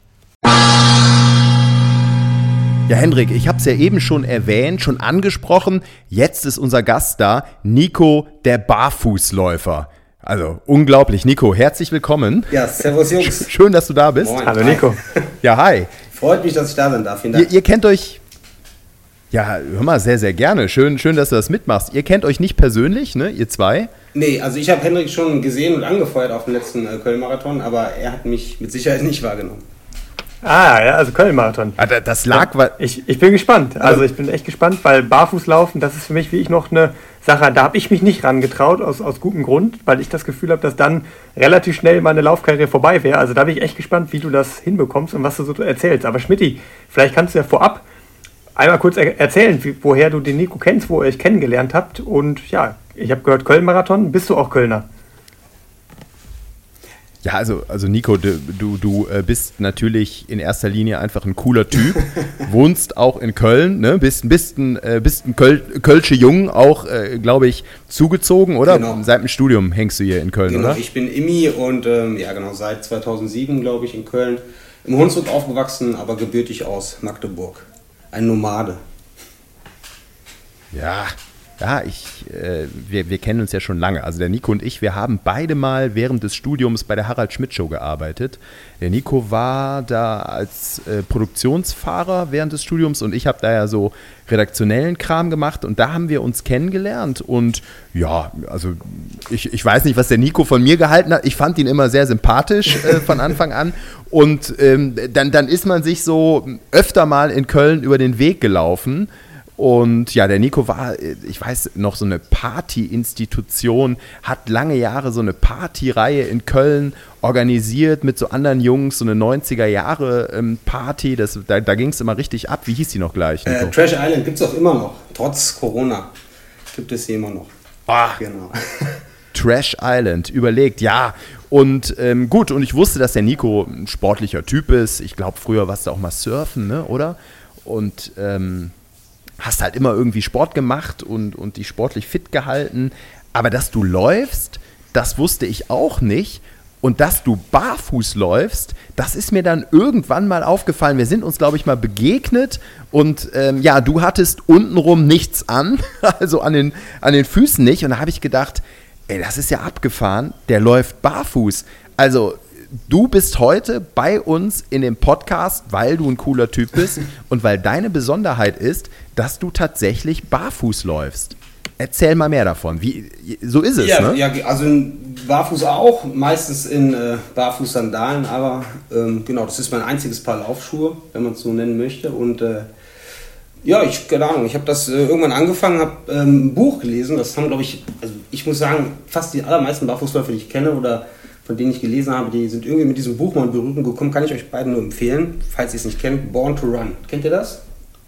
Ja, Hendrik, ich habe es ja eben schon erwähnt, schon angesprochen. Jetzt ist unser Gast da, Nico, der Barfußläufer. Also unglaublich. Nico, herzlich willkommen. Ja, servus Jungs. Schön, dass du da bist. Moin. Hallo Nico. Ja, hi. Freut mich, dass ich da sein darf. Vielen Dank. Ihr, ihr kennt euch, ja, hör mal, sehr, sehr gerne. Schön, schön, dass du das mitmachst. Ihr kennt euch nicht persönlich, ne, ihr zwei? Nee, also ich habe Hendrik schon gesehen und angefeuert auf dem letzten äh, Köln-Marathon, aber er hat mich mit Sicherheit nicht wahrgenommen. Ah, ja, also Köln-Marathon. Ah, das lag, weil ich, ich bin gespannt. Also ich bin echt gespannt, weil Barfußlaufen, das ist für mich wie ich noch eine Sache, da habe ich mich nicht rangetraut, aus, aus gutem Grund, weil ich das Gefühl habe, dass dann relativ schnell meine Laufkarriere vorbei wäre. Also da bin ich echt gespannt, wie du das hinbekommst und was du so erzählst. Aber Schmidti, vielleicht kannst du ja vorab einmal kurz er- erzählen, wie, woher du den Nico kennst, wo ihr euch kennengelernt habt. Und ja, ich habe gehört, Köln-Marathon. Bist du auch Kölner? Ja, also, also Nico, du, du, du bist natürlich in erster Linie einfach ein cooler Typ, wohnst auch in Köln, ne? bist, bist ein, bist ein Köl, Kölsche Jung, auch, äh, glaube ich, zugezogen, oder? Genau. Seit dem Studium hängst du hier in Köln, Genau, oder? ich bin Immi und ähm, ja genau, seit zweitausendsieben, glaube ich, in Köln. Im Hunsrück aufgewachsen, aber gebürtig aus Magdeburg. Ein Nomade. Ja, Ja, ich, äh, wir, wir kennen uns ja schon lange. Also der Nico und ich, wir haben beide mal während des Studiums bei der Harald Schmidt Show gearbeitet. Der Nico war da als äh, Produktionsfahrer während des Studiums und ich habe da ja so redaktionellen Kram gemacht und da haben wir uns kennengelernt und ja, also ich, ich weiß nicht, was der Nico von mir gehalten hat. Ich fand ihn immer sehr sympathisch äh, von Anfang an und ähm, dann, dann ist man sich so öfter mal in Köln über den Weg gelaufen. Und ja, der Nico war, ich weiß noch, so eine Party-Institution, hat lange Jahre so eine Partyreihe in Köln organisiert mit so anderen Jungs, so eine neunziger-Jahre-Party, das, da, da ging es immer richtig ab. Wie hieß die noch gleich, Nico? Äh, Trash Island gibt es auch immer noch, trotz Corona gibt es sie immer noch. Ach, genau. Trash Island, überlegt, ja. Und ähm, gut, und ich wusste, dass der Nico ein sportlicher Typ ist. Ich glaube, früher warst du auch mal surfen, ne, oder? Und ähm, hast halt immer irgendwie Sport gemacht und, und dich sportlich fit gehalten. Aber dass du läufst, das wusste ich auch nicht. Und dass du barfuß läufst, das ist mir dann irgendwann mal aufgefallen. Wir sind uns, glaube ich, mal begegnet. Und ähm, ja, du hattest untenrum nichts an, also an den, an den Füßen nicht. Und da habe ich gedacht, ey, das ist ja abgefahren, der läuft barfuß. Also du bist heute bei uns in dem Podcast, weil du ein cooler Typ bist und weil deine Besonderheit ist, dass du tatsächlich barfuß läufst. Erzähl mal mehr davon. Wie, so ist es, ja, ne? Ja, also barfuß auch, meistens in äh, Barfuß-Sandalen, aber ähm, genau, das ist mein einziges Paar Laufschuhe, wenn man es so nennen möchte. Und äh, ja, ich, keine Ahnung, ich habe das äh, irgendwann angefangen, habe ähm, ein Buch gelesen, das haben, glaube ich, also ich muss sagen, fast die allermeisten Barfußläufer, die ich kenne oder von denen ich gelesen habe, die sind irgendwie mit diesem Buch mal in Berührung gekommen, kann ich euch beiden nur empfehlen, falls ihr es nicht kennt, Born to Run. Kennt ihr das?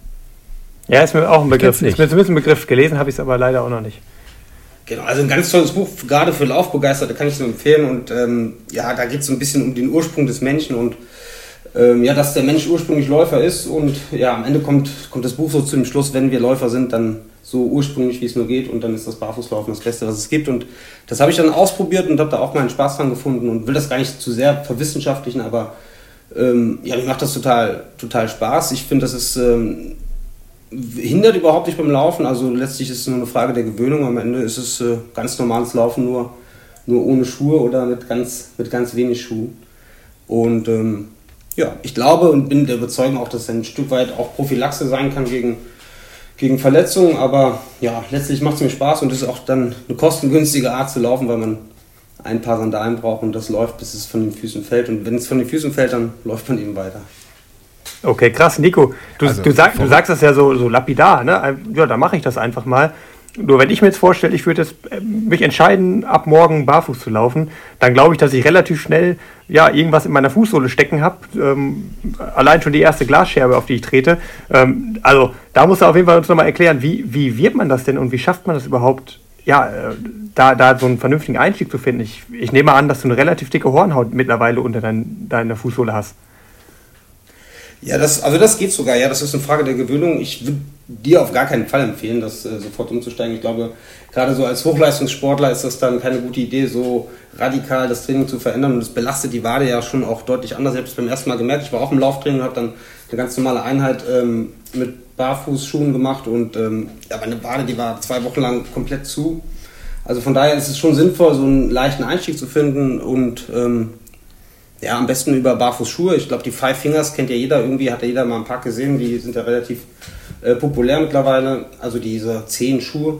Ja, ist mir auch ein Begriff. Ist mir zumindest ein Begriff, gelesen habe ich es aber leider auch noch nicht. Genau, also ein ganz tolles Buch, gerade für Laufbegeisterte, kann ich es nur empfehlen. Und ähm, ja, da geht es so ein bisschen um den Ursprung des Menschen und ähm, ja, dass der Mensch ursprünglich Läufer ist. Und ja, am Ende kommt, kommt das Buch so zu dem Schluss, wenn wir Läufer sind, dann so ursprünglich, wie es nur geht. Und dann ist das Barfußlaufen das Beste, was es gibt. Und das habe ich dann ausprobiert und habe da auch meinen Spaß dran gefunden und will das gar nicht zu sehr verwissenschaftlichen, aber ähm, ja, mir macht das total, total Spaß. Ich finde, das ist... Ähm, hindert überhaupt nicht beim Laufen, also letztlich ist es nur eine Frage der Gewöhnung, am Ende ist es äh, ganz normales Laufen, nur, nur ohne Schuhe oder mit ganz, mit ganz wenig Schuhen. Und ähm, ja, ich glaube und bin der Überzeugung auch, dass es ein Stück weit auch Prophylaxe sein kann gegen, gegen Verletzungen, aber ja, letztlich macht es mir Spaß und es ist auch dann eine kostengünstige Art zu laufen, weil man ein paar Sandalen braucht und das läuft, bis es von den Füßen fällt und wenn es von den Füßen fällt, dann läuft man eben weiter. Okay, krass, Nico. Du, also, du, sag, du sagst das ja so, so lapidar, ne? Ja, da mache ich das einfach mal. Nur wenn ich mir jetzt vorstelle, ich würde jetzt mich entscheiden, ab morgen barfuß zu laufen, dann glaube ich, dass ich relativ schnell ja, irgendwas in meiner Fußsohle stecken habe. Ähm, allein schon die erste Glasscherbe, auf die ich trete. Ähm, also da musst du auf jeden Fall uns nochmal erklären, wie, wie wird man das denn und wie schafft man das überhaupt, ja, äh, da, da so einen vernünftigen Einstieg zu finden? Ich, ich nehme an, dass du eine relativ dicke Hornhaut mittlerweile unter dein, deiner Fußsohle hast. Ja, das, also das geht sogar, ja, das ist eine Frage der Gewöhnung. Ich würde dir auf gar keinen Fall empfehlen, das äh, sofort umzusteigen. Ich glaube, gerade so als Hochleistungssportler ist das dann keine gute Idee, so radikal das Training zu verändern. Und das belastet die Wade ja schon auch deutlich anders. Ich habe es beim ersten Mal gemerkt, ich war auch im Lauftraining und habe dann eine ganz normale Einheit ähm, mit Barfußschuhen gemacht. Und ähm, ja, meine Wade, die war zwei Wochen lang komplett zu. Also von daher ist es schon sinnvoll, so einen leichten Einstieg zu finden und ähm, ja, am besten über Barfußschuhe. Ich glaube, die Five Fingers kennt ja jeder irgendwie, hat ja jeder mal ein paar gesehen. Die sind ja relativ äh, populär mittlerweile. Also diese zehn Schuhe.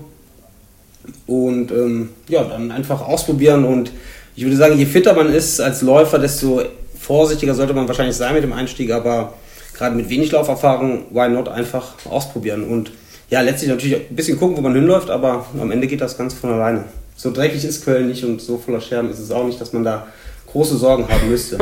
Und ähm, ja, dann einfach ausprobieren. Und ich würde sagen, je fitter man ist als Läufer, desto vorsichtiger sollte man wahrscheinlich sein mit dem Einstieg. Aber gerade mit wenig Lauferfahrung, why not einfach ausprobieren. Und ja, letztlich natürlich ein bisschen gucken, wo man hinläuft. Aber am Ende geht das ganz von alleine. So dreckig ist Köln nicht und so voller Scherben ist es auch nicht, dass man da große Sorgen haben müsste.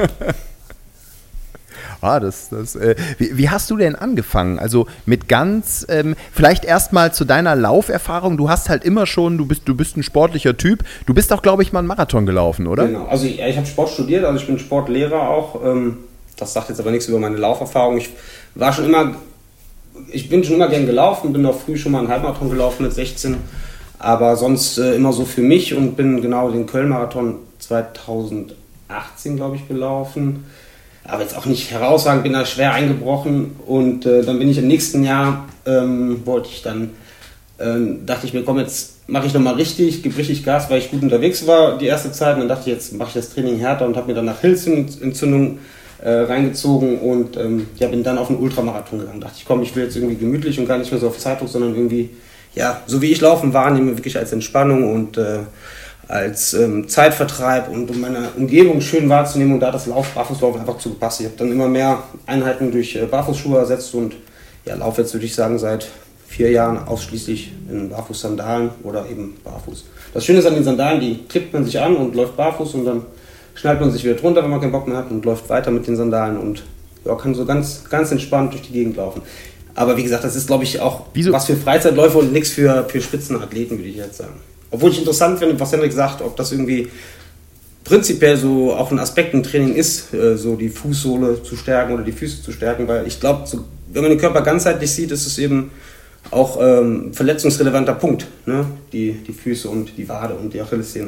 ah, das, das, äh, wie, wie hast du denn angefangen? Also mit ganz, ähm, vielleicht erstmal zu deiner Lauferfahrung. Du hast halt immer schon, du bist, du bist ein sportlicher Typ. Du bist auch, glaube ich, mal einen Marathon gelaufen, oder? Genau, also ich, ich habe Sport studiert, also ich bin Sportlehrer auch. Ähm, das sagt jetzt aber nichts über meine Lauferfahrung. Ich war schon immer, ich bin schon immer gern gelaufen, bin auch früh schon mal einen Halbmarathon gelaufen mit sechzehn. Aber sonst äh, immer so für mich und bin genau den Köln-Marathon zweitausendachtzehn, glaube ich, gelaufen. Aber jetzt auch nicht herausragend, bin da schwer eingebrochen. Und äh, dann bin ich im nächsten Jahr, ähm, wollte ich dann ähm, dachte ich mir, komm, jetzt mache ich nochmal richtig, gebe richtig Gas, weil ich gut unterwegs war die erste Zeit. Und dann dachte ich, jetzt mache ich das Training härter und habe mir dann nach Hirnentzündung äh, reingezogen und ähm, ja, bin dann auf einen Ultramarathon gegangen. Dachte ich, komm, ich will jetzt irgendwie gemütlich und gar nicht mehr so auf Zeitdruck, sondern irgendwie, ja, so wie ich laufen wahrnehme, wirklich als Entspannung und äh, als ähm, Zeitvertreib und um meine Umgebung schön wahrzunehmen und da das Lauf, Barfußlaufen einfach zu gepasst. Ich habe dann immer mehr Einheiten durch äh, Barfußschuhe ersetzt und ja, laufe jetzt, würde ich sagen, seit vier Jahren ausschließlich in Barfuß-Sandalen oder eben barfuß. Das Schöne ist an den Sandalen, die klippt man sich an und läuft barfuß und dann schnallt man sich wieder drunter, wenn man keinen Bock mehr hat und läuft weiter mit den Sandalen und ja, kann so ganz, ganz entspannt durch die Gegend laufen. Aber wie gesagt, das ist, glaube ich, auch Wieso? was für Freizeitläufer und nichts für, für Spitzenathleten, würde ich jetzt sagen. Obwohl ich interessant finde, was Hendrik sagt, ob das irgendwie prinzipiell so auch ein Aspekt im Training ist, so die Fußsohle zu stärken oder die Füße zu stärken, weil ich glaube, so, wenn man den Körper ganzheitlich sieht, ist es eben auch ähm, ein verletzungsrelevanter Punkt, ne? die, die Füße und die Wade und die Achillessehne.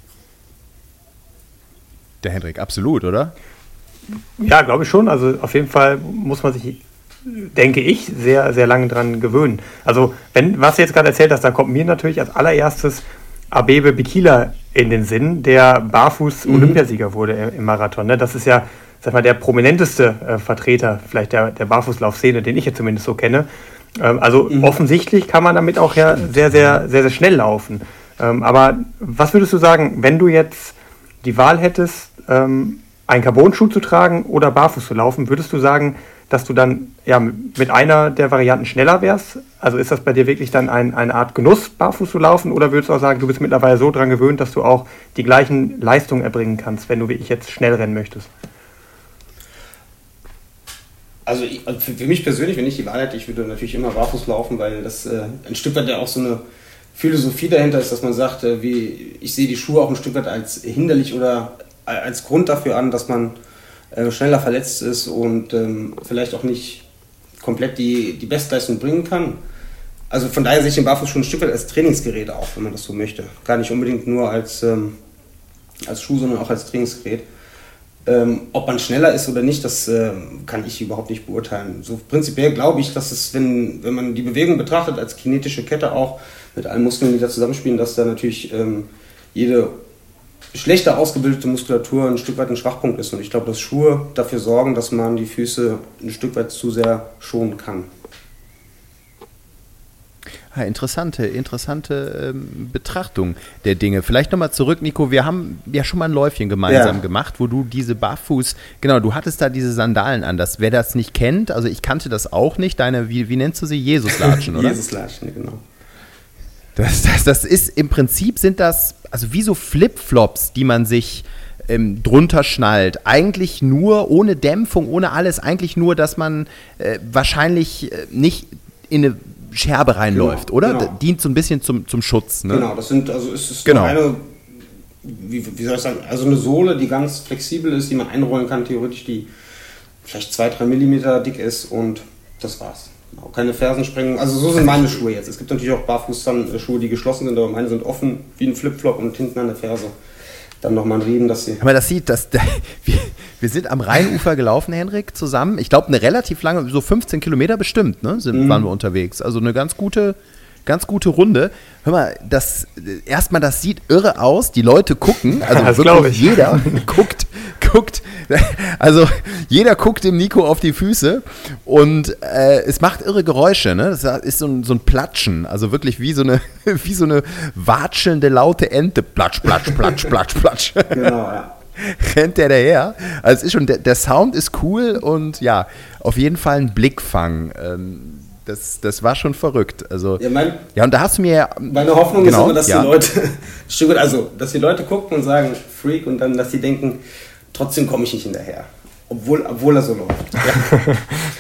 Der Hendrik, absolut, oder? Ja, glaube ich schon. Also auf jeden Fall muss man sich, denke ich, sehr, sehr lange dran gewöhnen. Also, wenn, was du jetzt gerade erzählt hast, da kommt mir natürlich als allererstes Abebe Bikila in den Sinn, der barfuß mhm. Olympiasieger wurde im Marathon. Ne? Das ist ja, sag mal, der prominenteste äh, Vertreter vielleicht der, der Barfußlaufszene, den ich jetzt zumindest so kenne. Ähm, also mhm. offensichtlich kann man damit auch ja sehr, sehr, sehr, sehr schnell laufen. Ähm, aber was würdest du sagen, wenn du jetzt die Wahl hättest, ähm, einen Carbon-Schuh zu tragen oder barfuß zu laufen, würdest du sagen, dass du dann ja, mit einer der Varianten schneller wärst? Also ist das bei dir wirklich dann ein, eine Art Genuss, barfuß zu laufen? Oder würdest du auch sagen, du bist mittlerweile so dran gewöhnt, dass du auch die gleichen Leistungen erbringen kannst, wenn du wirklich jetzt schnell rennen möchtest? Also ich, für mich persönlich, wenn ich die Wahl hätte, ich würde natürlich immer barfuß laufen, weil das äh, ein Stück weit ja auch so eine Philosophie dahinter ist, dass man sagt, äh, wie, ich sehe die Schuhe auch ein Stück weit als hinderlich oder als Grund dafür an, dass man äh, schneller verletzt ist und ähm, vielleicht auch nicht komplett die, die Bestleistung bringen kann. Also von daher sehe ich den Barfuß schon ein Stück weit als Trainingsgerät auch, wenn man das so möchte. Gar nicht unbedingt nur als, ähm, als Schuh, sondern auch als Trainingsgerät. Ähm, ob man schneller ist oder nicht, das äh, kann ich überhaupt nicht beurteilen. So prinzipiell glaube ich, dass es, wenn, wenn man die Bewegung betrachtet als kinetische Kette auch mit allen Muskeln, die da zusammenspielen, dass da natürlich ähm, jede schlechter ausgebildete Muskulatur ein Stück weit ein Schwachpunkt ist. Und ich glaube, dass Schuhe dafür sorgen, dass man die Füße ein Stück weit zu sehr schonen kann. Ja, interessante, interessante ähm, Betrachtung der Dinge. Vielleicht nochmal zurück, Nico, wir haben ja schon mal ein Läufchen gemeinsam ja. gemacht, wo du diese Barfuß, genau, du hattest da diese Sandalen an. Das, wer das nicht kennt, also ich kannte das auch nicht, deine, wie, wie nennst du sie? Jesuslatschen, oder? Jesuslatschen, genau. Das, das, das ist, im Prinzip sind das, also wie so Flipflops, die man sich ähm, drunter schnallt. Eigentlich nur, ohne Dämpfung, ohne alles, eigentlich nur, dass man äh, wahrscheinlich äh, nicht in eine Scherbe reinläuft, genau, oder? Genau. Dient so ein bisschen zum, zum Schutz, ne? Genau, das sind, also es ist genau. nur eine, wie, wie soll ich sagen, also eine Sohle, die ganz flexibel ist, die man einrollen kann, theoretisch, die vielleicht zwei, drei Millimeter dick ist und das war's. Auch keine Fersensprengung, also so sind meine Schuhe jetzt. Es gibt natürlich auch Barfuß-Schuhe, die geschlossen sind, aber meine sind offen wie ein Flipflop und hinten an der Ferse dann nochmal ein Riemen, dass sie... Aber das sieht, das, wir, wir sind am Rheinufer gelaufen, Hendrik, zusammen. Ich glaube, eine relativ lange, so fünfzehn Kilometer bestimmt, ne, sind, mhm. waren wir unterwegs. Also eine ganz gute, ganz gute Runde. Hör mal, das, erstmal, das sieht irre aus. Die Leute gucken, also das wirklich jeder guckt, guckt, also jeder guckt dem Nico auf die Füße und äh, es macht irre Geräusche, ne? Das ist so ein, so ein Platschen, also wirklich wie so eine, wie so eine watschelnde, laute Ente. Platsch, platsch, platsch, platsch, platsch. Genau, ja. Rennt der daher. Also es ist schon, der, der Sound ist cool und ja, auf jeden Fall ein Blickfang. Ähm, Das, das war schon verrückt. Also, ja, mein, ja, und da hast du mir. Meine Hoffnung genau, ist immer, dass ja. die Leute, also, dass die Leute gucken und sagen, Freak, und dann, dass sie denken, trotzdem komme ich nicht hinterher. Obwohl, obwohl er so läuft. Ja,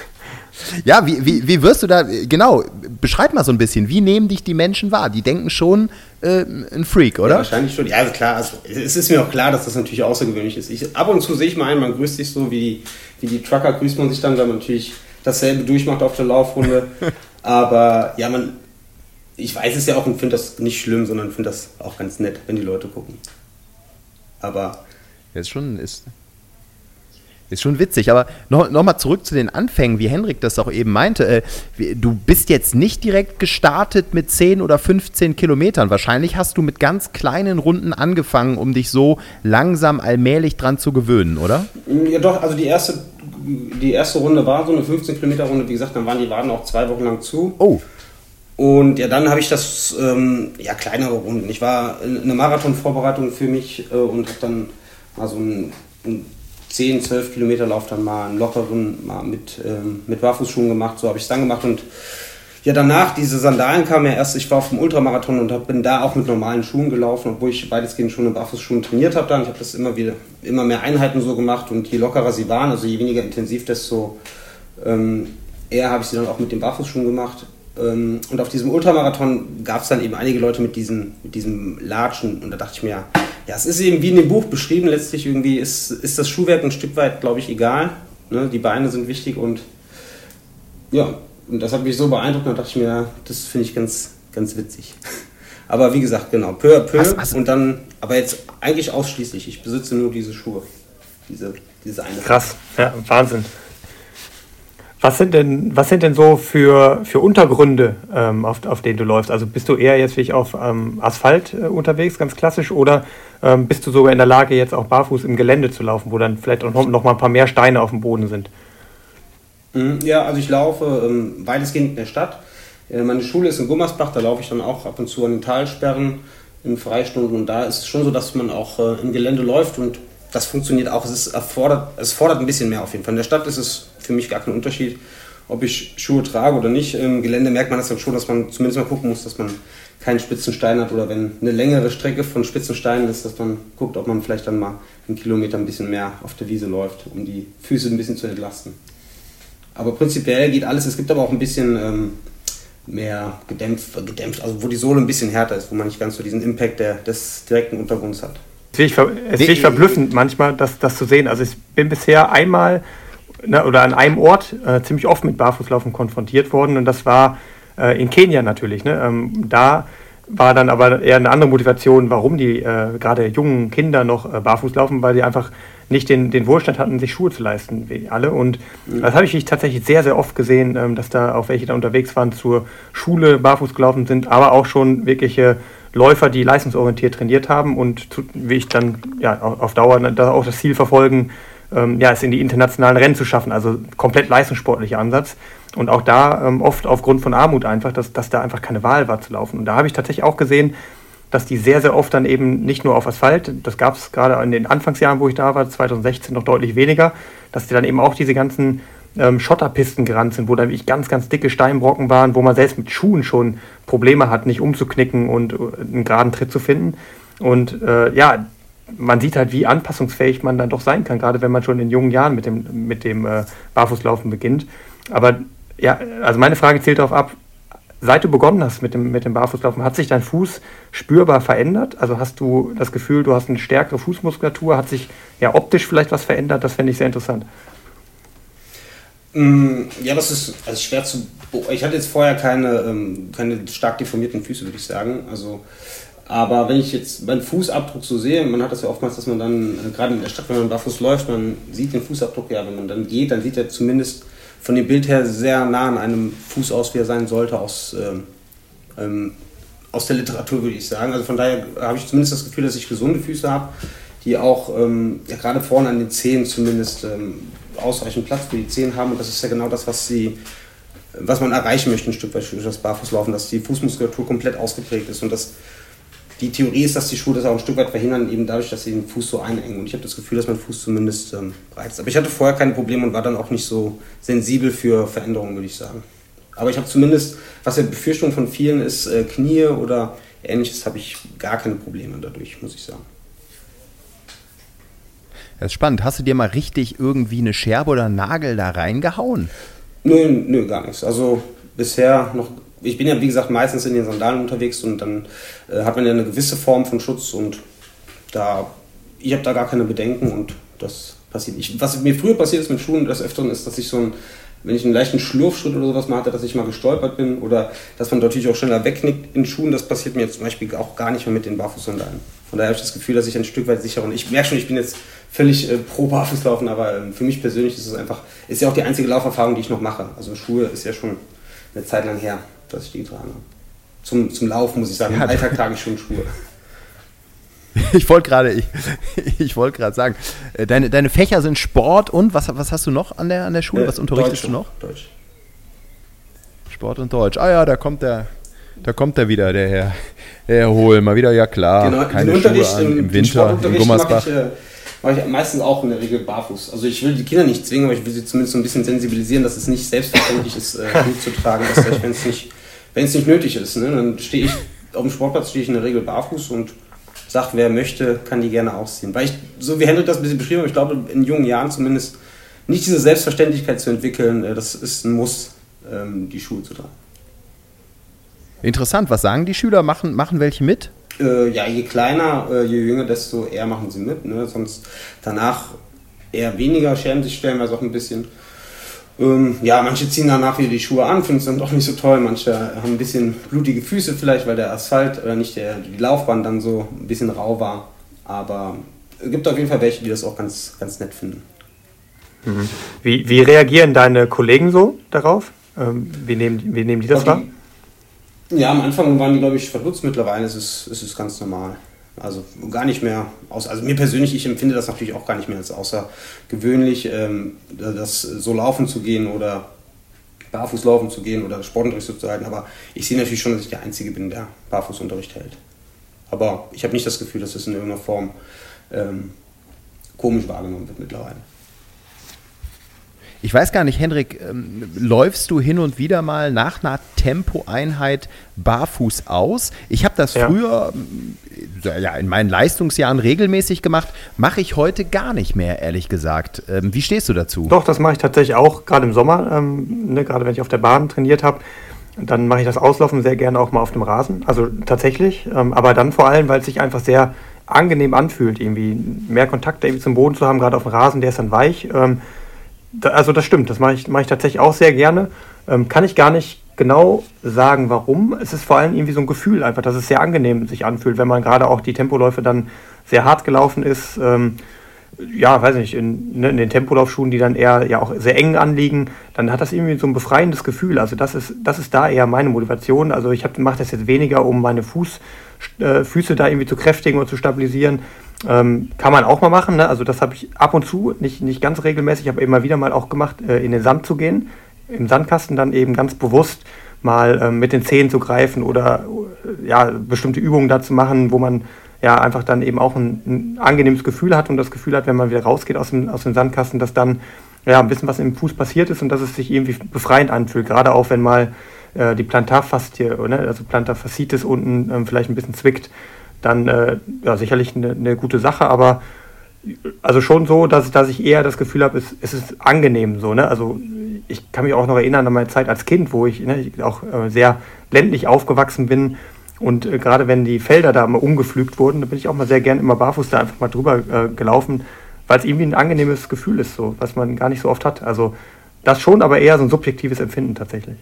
ja wie, wie, wie wirst du da, genau, beschreib mal so ein bisschen, wie nehmen dich die Menschen wahr? Die denken schon, äh, ein Freak, oder? Ja, wahrscheinlich schon. Ja, also klar, also, es ist mir auch klar, dass das natürlich außergewöhnlich ist. Ich, ab und zu sehe ich mal einen, man grüßt sich so, wie, wie die Trucker grüßt man sich dann, weil man natürlich dasselbe durchmacht auf der Laufrunde. Aber ja, man, ich weiß es ja auch und finde das nicht schlimm, sondern finde das auch ganz nett, wenn die Leute gucken. Aber jetzt schon ist, Ist schon witzig, aber noch, noch mal zurück zu den Anfängen, wie Henrik das auch eben meinte. Äh, wie, du bist jetzt nicht direkt gestartet mit zehn oder fünfzehn Kilometern. Wahrscheinlich hast du mit ganz kleinen Runden angefangen, um dich so langsam allmählich dran zu gewöhnen, oder? Ja doch, also die erste, die erste Runde war so eine fünfzehn Kilometer Runde. Wie gesagt, dann waren die Waden auch zwei Wochen lang zu. Oh. Und ja, dann habe ich das, ähm, ja, kleinere Runden. Ich war in eine Marathon-Vorbereitung für mich äh, und habe dann mal so ein, ein zehn, zwölf Kilometer Lauf dann mal einen lockeren, mal mit, ähm, mit Barfußschuhen gemacht. So habe ich es dann gemacht. Und ja, danach, diese Sandalen kamen ja erst, ich war auf dem Ultramarathon und hab, bin da auch mit normalen Schuhen gelaufen, obwohl ich weitestgehend schon in Barfußschuhen trainiert habe dann. Ich habe das immer wieder, immer mehr Einheiten so gemacht und je lockerer sie waren, also je weniger intensiv, desto ähm, eher habe ich sie dann auch mit den Barfußschuhen gemacht. Und auf diesem Ultramarathon gab es dann eben einige Leute mit, diesen, mit diesem Latschen und da dachte ich mir, ja, es ist eben wie in dem Buch beschrieben, letztlich irgendwie ist, ist das Schuhwerk ein Stück weit, glaube ich, egal. Ne? Die Beine sind wichtig und ja, und das hat mich so beeindruckt und da dachte ich mir, das finde ich ganz, ganz witzig. Aber wie gesagt, genau, peu à peu was, was? Und dann, aber jetzt eigentlich ausschließlich, ich besitze nur diese Schuhe, diese, diese eine. Krass, ja, Wahnsinn. Was sind denn, was sind denn so für, für Untergründe, ähm, auf, auf denen du läufst? Also bist du eher jetzt wie ich auf ähm, Asphalt äh, unterwegs, ganz klassisch, oder ähm, bist du sogar in der Lage, jetzt auch barfuß im Gelände zu laufen, wo dann vielleicht auch noch, noch mal ein paar mehr Steine auf dem Boden sind? Ja, also ich laufe ähm, weitestgehend in der Stadt. Äh, meine Schule ist in Gummersbach, da laufe ich dann auch ab und zu an den Talsperren in Freistunden und da ist es schon so, dass man auch äh, im Gelände läuft und das funktioniert auch. Es, ist erfordert, es fordert ein bisschen mehr auf jeden Fall. In der Stadt ist es für mich gar kein Unterschied, ob ich Schuhe trage oder nicht. Im Gelände merkt man das dann schon, dass man zumindest mal gucken muss, dass man keinen spitzen Stein hat oder wenn eine längere Strecke von spitzen Steinen ist, dass man guckt, ob man vielleicht dann mal einen Kilometer ein bisschen mehr auf der Wiese läuft, um die Füße ein bisschen zu entlasten. Aber prinzipiell geht alles. Es gibt aber auch ein bisschen ähm, mehr gedämpft, gedämpft, also wo die Sohle ein bisschen härter ist, wo man nicht ganz so diesen Impact der, des direkten Untergrunds hat. Es ist wirklich verblüffend manchmal, das, das zu sehen. Also ich bin bisher einmal ne, oder an einem Ort äh, ziemlich oft mit Barfußlaufen konfrontiert worden und das war äh, in Kenia natürlich. Ne? Ähm, da war dann aber eher eine andere Motivation, warum die äh, gerade jungen Kinder noch äh, barfuß laufen, weil sie einfach nicht den, den Wohlstand hatten, sich Schuhe zu leisten, wie alle. Und mhm. das habe ich tatsächlich sehr, sehr oft gesehen, ähm, dass da auch welche da unterwegs waren, zur Schule barfuß gelaufen sind, aber auch schon wirkliche Läufer, die leistungsorientiert trainiert haben und wie ich dann ja, auf Dauer da auch das Ziel verfolgen, ähm, ja, es in die internationalen Rennen zu schaffen, also komplett leistungssportlicher Ansatz. Und auch da ähm, oft aufgrund von Armut einfach, dass, dass da einfach keine Wahl war zu laufen. Und da habe ich tatsächlich auch gesehen, dass die sehr, sehr oft dann eben nicht nur auf Asphalt, das gab es gerade in den Anfangsjahren, wo ich da war, zwanzig sechzehn noch deutlich weniger, dass die dann eben auch diese ganzen ähm, Schotterpisten gerannt sind, wo dann wirklich ganz, ganz dicke Steinbrocken waren, wo man selbst mit Schuhen schon Probleme hat, nicht umzuknicken und einen geraden Tritt zu finden. Und äh, ja, man sieht halt, wie anpassungsfähig man dann doch sein kann, gerade wenn man schon in jungen Jahren mit dem, mit dem äh, Barfußlaufen beginnt. Aber ja, also meine Frage zielt darauf ab, seit du begonnen hast mit dem, mit dem Barfußlaufen, hat sich dein Fuß spürbar verändert? Also hast du das Gefühl, du hast eine stärkere Fußmuskulatur? Hat sich ja optisch vielleicht was verändert? Das fände ich sehr interessant. Ja, das ist also schwer zu... Ich hatte jetzt vorher keine, keine stark deformierten Füße, würde ich sagen. Also, aber wenn ich jetzt meinen Fußabdruck so sehe, man hat das ja oftmals, dass man dann, gerade in der Stadt, wenn man barfuß läuft, man sieht den Fußabdruck, ja, wenn man dann geht, dann sieht er zumindest von dem Bild her sehr nah an einem Fuß aus, wie er sein sollte, aus, ähm, aus der Literatur, würde ich sagen. Also von daher habe ich zumindest das Gefühl, dass ich gesunde Füße habe, die auch ähm, ja, gerade vorne an den Zehen zumindest ähm, ausreichend Platz für die Zehen haben. Und das ist ja genau das, was, sie, was man erreichen möchte, ein Stück weit durch das Barfußlaufen, dass die Fußmuskulatur komplett ausgeprägt ist. Und das, die Theorie ist, dass die Schuhe das auch ein Stück weit verhindern, eben dadurch, dass sie den Fuß so einengen. Und ich habe das Gefühl, dass mein Fuß zumindest ähm, breit ist. Aber ich hatte vorher keine Probleme und war dann auch nicht so sensibel für Veränderungen, würde ich sagen. Aber ich habe zumindest, was ja Befürchtung von vielen ist, äh, Knie oder Ähnliches, habe ich gar keine Probleme dadurch, muss ich sagen. Das ist spannend. Hast du dir mal richtig irgendwie eine Scherbe oder einen Nagel da reingehauen? Nö, nö, gar nichts. Also bisher noch, ich bin ja wie gesagt meistens in den Sandalen unterwegs und dann äh, hat man ja eine gewisse Form von Schutz und da, ich habe da gar keine Bedenken und das passiert nicht. Was mir früher passiert ist mit Schuhen des Öfteren ist, dass ich so ein, wenn ich einen leichten Schlurfschritt oder sowas mal hatte, dass ich mal gestolpert bin oder dass man natürlich auch schneller wegknickt in Schuhen, das passiert mir jetzt zum Beispiel auch gar nicht mehr mit den Barfußsandalen. Von daher habe ich das Gefühl, dass ich ein Stück weit sicherer, und ich merke schon, ich bin jetzt völlig äh, pro Barfußlaufen, aber ähm, für mich persönlich ist es einfach, ist ja auch die einzige Lauferfahrung, die ich noch mache. Also Schuhe ist ja schon eine Zeit lang her, dass ich die getragen habe. Zum, zum Laufen muss ich sagen, im ja, Alltag trage ich schon Schuhe. Ich wollte gerade, ich, ich wollte gerade sagen, deine, deine Fächer sind Sport und was, was hast du noch an der, an der Schule? Was unterrichtest Deutsch, du noch? Deutsch. Sport und Deutsch. Ah ja, da kommt der, da kommt der wieder, der Herr, der Herr Hohl. Mal wieder, ja klar, genau, keine Schuhe an, im, im Winter, im Gummersbach. Mache ich, äh, mach ich meistens auch in der Regel barfuß. Also ich will die Kinder nicht zwingen, aber ich will sie zumindest so ein bisschen sensibilisieren, dass es nicht selbstverständlich ist, äh, Schuhe zu tragen, wenn es nicht, wenn es nicht nötig ist. Ne? Dann stehe ich, auf dem Sportplatz stehe ich in der Regel barfuß und sage, wer möchte, kann die gerne ausziehen. Weil ich, so wie Hendrik das ein bisschen beschrieben hat, ich glaube, in jungen Jahren zumindest nicht diese Selbstverständlichkeit zu entwickeln, äh, das ist ein Muss, ähm, die Schuhe zu tragen. Interessant, was sagen die Schüler? Machen, machen welche mit? Äh, ja, je kleiner, äh, je jünger, desto eher machen sie mit. Ne? Sonst danach eher weniger, schämen sich stellenweise auch ein bisschen. Ähm, ja, manche ziehen danach wieder die Schuhe an, finden es dann doch nicht so toll. Manche haben ein bisschen blutige Füße vielleicht, weil der Asphalt oder nicht der, die Laufbahn dann so ein bisschen rau war. Aber es gibt auf jeden Fall welche, die das auch ganz, ganz nett finden. Mhm. Wie, wie reagieren deine Kollegen so darauf? Ähm, wie, nehmen, wie nehmen die das wahr? Ja, am Anfang waren die, glaube ich, verdutzt. Mittlerweile ist es, ist es ganz normal. Also gar nicht mehr, aus, also mir persönlich, ich empfinde das natürlich auch gar nicht mehr als außergewöhnlich, ähm, das so laufen zu gehen oder barfuß laufen zu gehen oder Sportunterricht zu halten. Aber ich sehe natürlich schon, dass ich der Einzige bin, der Barfußunterricht hält. Aber ich habe nicht das Gefühl, dass das in irgendeiner Form ähm, komisch wahrgenommen wird mittlerweile. Ich weiß gar nicht, Hendrik, ähm, läufst du hin und wieder mal nach einer Tempoeinheit barfuß aus? Ich habe das ja. früher äh, ja, in meinen Leistungsjahren regelmäßig gemacht, mache ich heute gar nicht mehr, ehrlich gesagt. Ähm, wie stehst du dazu? Doch, das mache ich tatsächlich auch, gerade im Sommer, ähm, ne, gerade wenn ich auf der Bahn trainiert habe. Dann mache ich das Auslaufen sehr gerne auch mal auf dem Rasen, also tatsächlich, ähm, aber dann vor allem, weil es sich einfach sehr angenehm anfühlt, irgendwie mehr Kontakt irgendwie zum Boden zu haben, gerade auf dem Rasen, der ist dann weich. Ähm, Also das stimmt, das mache ich, mache ich tatsächlich auch sehr gerne. Ähm, kann ich gar nicht genau sagen, warum. Es ist vor allem irgendwie so ein Gefühl einfach, dass es sehr angenehm sich anfühlt, wenn man gerade auch die Tempoläufe dann sehr hart gelaufen ist. Ähm, ja, weiß nicht, in, ne, in den Tempolaufschuhen, die dann eher ja auch sehr eng anliegen, dann hat das irgendwie so ein befreiendes Gefühl. Also das ist, das ist da eher meine Motivation. Also ich mache das jetzt weniger, um meine Fuß, äh, Füße da irgendwie zu kräftigen und zu stabilisieren. Ähm, kann man auch mal machen, ne? Also das habe ich ab und zu, nicht, nicht ganz regelmäßig, aber immer wieder mal auch gemacht, äh, in den Sand zu gehen, im Sandkasten dann eben ganz bewusst mal ähm, mit den Zehen zu greifen oder äh, ja, bestimmte Übungen da zu machen, wo man ja einfach dann eben auch ein, ein angenehmes Gefühl hat und das Gefühl hat, wenn man wieder rausgeht aus dem, aus dem Sandkasten, dass dann ja ein bisschen was im Fuß passiert ist und dass es sich irgendwie befreiend anfühlt, gerade auch wenn mal äh, die Plantarfaszie, ne? Also Plantarfasciitis unten ähm, vielleicht ein bisschen zwickt, dann äh, ja, sicherlich eine, eine gute Sache, aber also schon so, dass, dass ich eher das Gefühl habe, es, es ist angenehm so, ne? Also ich kann mich auch noch erinnern an meine Zeit als Kind, wo ich, ne, ich auch äh, sehr ländlich aufgewachsen bin und äh, gerade wenn die Felder da mal umgepflügt wurden, da bin ich auch mal sehr gern immer barfuß da einfach mal drüber äh, gelaufen, weil es irgendwie ein angenehmes Gefühl ist, so, was man gar nicht so oft hat. Also das schon, aber eher so ein subjektives Empfinden tatsächlich.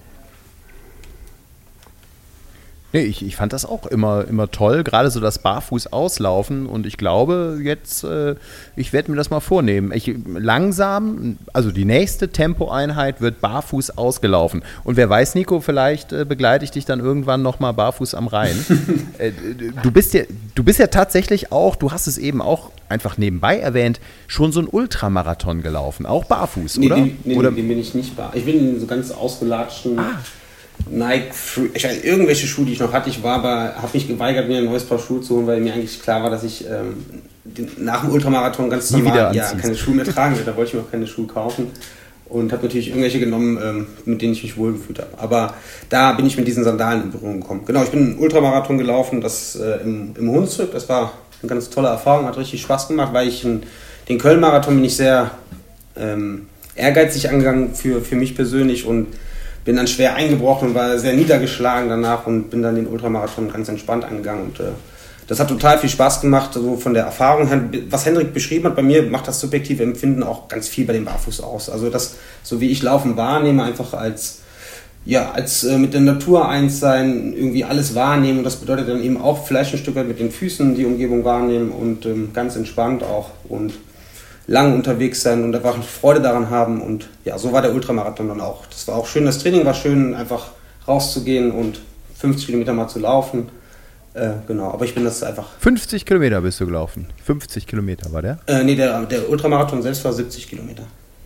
Nee, ich, ich fand das auch immer, immer toll, gerade so das Barfuß auslaufen und ich glaube jetzt, äh, ich werde mir das mal vornehmen. Ich, langsam, also die nächste Tempoeinheit wird barfuß ausgelaufen und wer weiß, Nico, vielleicht äh, begleite ich dich dann irgendwann nochmal barfuß am Rhein. äh, du, bist ja, du bist ja tatsächlich auch, du hast es eben auch einfach nebenbei erwähnt, schon so ein Ultramarathon gelaufen, auch barfuß, nee, oder? Den, nee, oder? den bin ich nicht barfuß. Ich bin in so ganz ausgelatschten... Ah. Nike, Free, ich weiß, irgendwelche Schuhe, die ich noch hatte, ich war aber, habe mich geweigert, mir ein neues Paar Schuhe zu holen, weil mir eigentlich klar war, dass ich ähm, den, nach dem Ultramarathon ganz normal ja, keine Schuhe mehr tragen werde. Da wollte ich mir auch keine Schuhe kaufen und habe natürlich irgendwelche genommen, ähm, mit denen ich mich wohlgefühlt habe. Aber da bin ich mit diesen Sandalen in Berührung gekommen. Genau, ich bin einen Ultramarathon gelaufen, das äh, im, im Hunsrück, das war eine ganz tolle Erfahrung, hat richtig Spaß gemacht, weil ich in, den Köln-Marathon bin ich sehr ähm, ehrgeizig angegangen für, für mich persönlich und bin dann schwer eingebrochen und war sehr niedergeschlagen danach und bin dann den Ultramarathon ganz entspannt angegangen und äh, das hat total viel Spaß gemacht, so von der Erfahrung her. Was Hendrik beschrieben hat, bei mir macht das subjektive Empfinden auch ganz viel bei dem Barfuß aus. Also das, so wie ich Laufen wahrnehme, einfach als ja, als äh, mit der Natur eins sein, irgendwie alles wahrnehmen. Und das bedeutet dann eben auch vielleicht ein Stück weit mit den Füßen die Umgebung wahrnehmen und ähm, ganz entspannt auch und lang unterwegs sein und einfach Freude daran haben. Und ja, so war der Ultramarathon dann auch. Das war auch schön, das Training war schön, einfach rauszugehen und fünfzig Kilometer mal zu laufen. Äh, genau, aber ich bin das einfach... fünfzig Kilometer bist du gelaufen. fünfzig Kilometer war der? Äh, nee, der, der Ultramarathon selbst war siebzig Kilometer.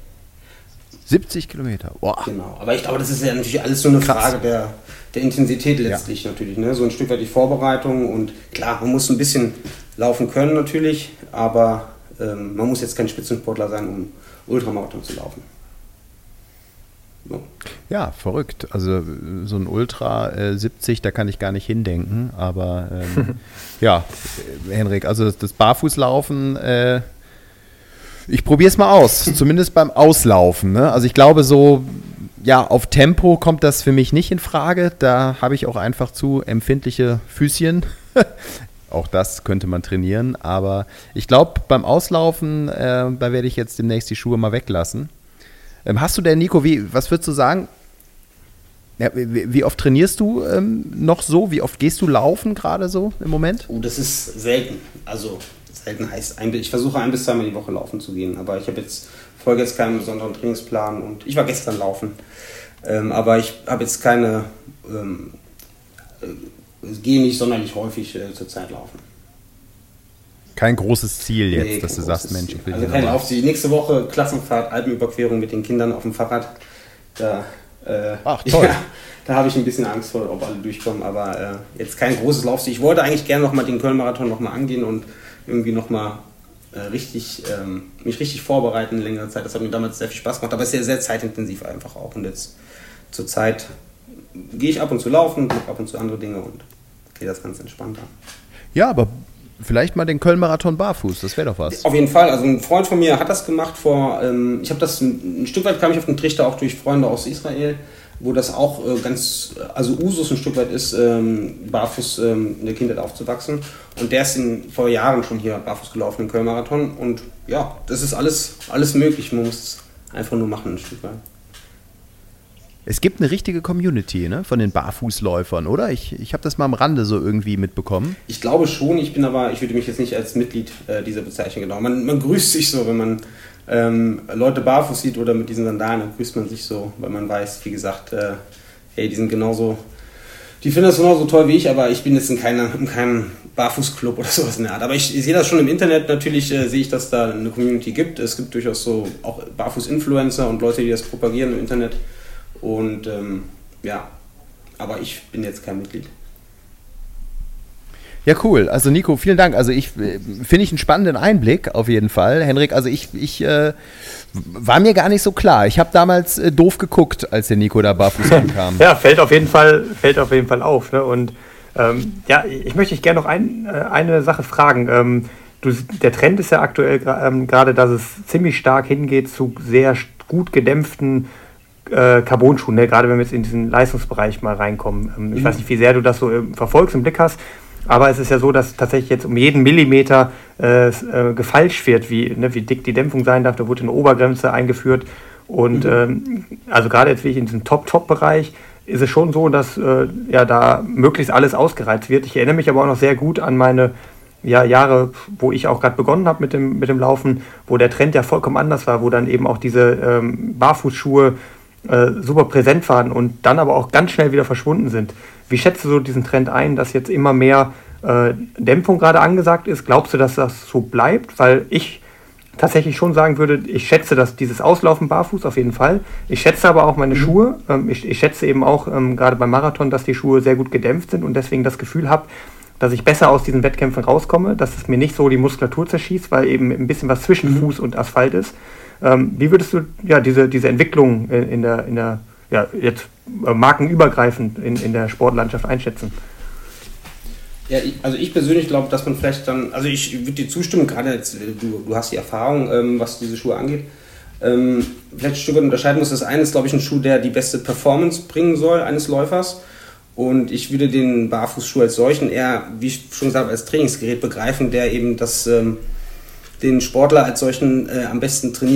siebzig Kilometer, wow. Genau, aber ich glaube, das ist ja natürlich alles so eine Krass. Frage der, der Intensität letztlich ja. natürlich. Ne? So ein Stück weit die Vorbereitung und klar, man muss ein bisschen laufen können natürlich, aber ähm, man muss jetzt kein Spitzensportler sein, um Ultramarathon zu laufen. So. Ja, verrückt. Also so ein Ultra äh, siebzig, da kann ich gar nicht hindenken, aber ähm, ja, Henrik, also das, das Barfußlaufen... Äh, Ich probiere es mal aus, zumindest beim Auslaufen. Ne? Also ich glaube so, ja, auf Tempo kommt das für mich nicht in Frage. Da habe ich auch einfach zu empfindliche Füßchen. Auch das könnte man trainieren. Aber ich glaube, beim Auslaufen, äh, da werde ich jetzt demnächst die Schuhe mal weglassen. Ähm, hast du denn, Nico, wie, was würdest du sagen? Ja, wie, wie oft trainierst du ähm, noch so? Wie oft gehst du laufen gerade so im Moment? Oh, das ist selten. Also selten heißt, ein, ich versuche ein bis zweimal die Woche laufen zu gehen, aber ich habe jetzt folge jetzt keinen besonderen Trainingsplan und ich war gestern laufen, ähm, aber ich habe jetzt keine, ähm, äh, gehe nicht sonderlich häufig äh, zur Zeit laufen. Kein großes Ziel jetzt, Nee, dass du großes sagst, Mensch, ich will Also hier kein nochmal. Laufziel. Nächste Woche Klassenfahrt, Alpenüberquerung mit den Kindern auf dem Fahrrad. Da, äh, Ach, toll. Ja, da habe ich ein bisschen Angst vor, ob alle durchkommen, aber äh, jetzt kein großes Laufziel. Ich wollte eigentlich gerne nochmal den Köln-Marathon nochmal angehen und irgendwie nochmal äh, richtig, ähm, mich richtig vorbereiten in längerer Zeit. Das hat mir damals sehr viel Spaß gemacht, aber es ist sehr, sehr zeitintensiv einfach auch. Und jetzt zur Zeit gehe ich ab und zu laufen, mache ab und zu andere Dinge und gehe das ganz entspannt an. Ja, aber vielleicht mal den Köln-Marathon barfuß, das wäre doch was. Auf jeden Fall, also ein Freund von mir hat das gemacht vor, ähm, ich habe das, ein, ein Stück weit kam ich auf den Trichter auch durch Freunde aus Israel, wo das auch äh, ganz, also Usus ein Stück weit ist, ähm, barfuß ähm, in der Kindheit aufzuwachsen. Und der ist in, vor Jahren schon hier barfuß gelaufen im Köln-Marathon. Und ja, das ist alles, alles möglich, man muss es einfach nur machen ein Stück weit. Es gibt eine richtige Community, ne, von den Barfußläufern, oder? Ich, ich habe das mal am Rande so irgendwie mitbekommen. Ich glaube schon, ich bin aber, ich würde mich jetzt nicht als Mitglied äh, dieser Bezeichnung genau. Man, man grüßt sich so, wenn man ähm, Leute barfuß sieht oder mit diesen Sandalen, dann grüßt man sich so, weil man weiß, wie gesagt, äh, hey, die sind genauso, die finden das genauso toll wie ich, aber ich bin jetzt in, keiner, in keinem Barfußclub oder sowas in der Art. Aber ich, ich sehe das schon im Internet, natürlich äh, sehe ich, dass da eine Community gibt. Es gibt durchaus so auch Barfuß-Influencer und Leute, die das propagieren im Internet. Und ähm, ja, aber ich bin jetzt kein Mitglied. Ja, cool. Also Nico, vielen Dank. Also ich äh, finde ich einen spannenden Einblick auf jeden Fall. Henrik, also ich, ich äh, war mir gar nicht so klar. Ich habe damals äh, doof geguckt, als der Nico da barfuß ankam. Ja, fällt auf jeden Fall, fällt auf jeden Fall auf. Ne? Und ähm, ja, ich möchte dich gerne noch ein, äh, eine Sache fragen. Ähm, du, der Trend ist ja aktuell ähm, gerade, dass es ziemlich stark hingeht zu sehr gut gedämpften Äh, Carbon-Schuhen, ne? Gerade wenn wir jetzt in diesen Leistungsbereich mal reinkommen. Ähm, ich Mhm. weiß nicht, wie sehr du das so äh, verfolgst, im Blick hast, aber es ist ja so, dass tatsächlich jetzt um jeden Millimeter äh, äh, gefalscht wird, wie, ne, wie dick die Dämpfung sein darf. Da wurde eine Obergrenze eingeführt und mhm. ähm, also gerade jetzt wie ich in diesem Top-Top-Bereich ist es schon so, dass äh, ja da möglichst alles ausgereizt wird. Ich erinnere mich aber auch noch sehr gut an meine ja, Jahre, wo ich auch gerade begonnen habe mit dem, mit dem Laufen, wo der Trend ja vollkommen anders war, wo dann eben auch diese ähm, Barfußschuhe Äh, super präsent waren und dann aber auch ganz schnell wieder verschwunden sind. Wie schätzt du so diesen Trend ein, dass jetzt immer mehr äh, Dämpfung gerade angesagt ist? Glaubst du, dass das so bleibt? Weil ich tatsächlich schon sagen würde, ich schätze dass dieses Auslaufen barfuß auf jeden Fall. Ich schätze aber auch meine mhm. Schuhe. Ähm, ich, ich schätze eben auch ähm, gerade beim Marathon, dass die Schuhe sehr gut gedämpft sind und deswegen das Gefühl habe, dass ich besser aus diesen Wettkämpfen rauskomme, dass es mir nicht so die Muskulatur zerschießt, weil eben ein bisschen was zwischen mhm. Fuß und Asphalt ist. Ähm, wie würdest du ja, diese, diese Entwicklung in, in der, in der ja, jetzt äh, markenübergreifend in, in der Sportlandschaft einschätzen? Ja, ich, also ich persönlich glaube, dass man vielleicht dann, also ich würde dir zustimmen, gerade jetzt, du, du hast die Erfahrung, ähm, was diese Schuhe angeht, ähm, vielleicht ein Stück weit unterscheiden muss. Das eine ist, glaube ich, ein Schuh, der die beste Performance bringen soll eines Läufers. Und ich würde den Barfußschuh als solchen eher, wie ich schon gesagt habe, als Trainingsgerät begreifen, der eben das, ähm, den Sportler als solchen äh, am besten trainiert.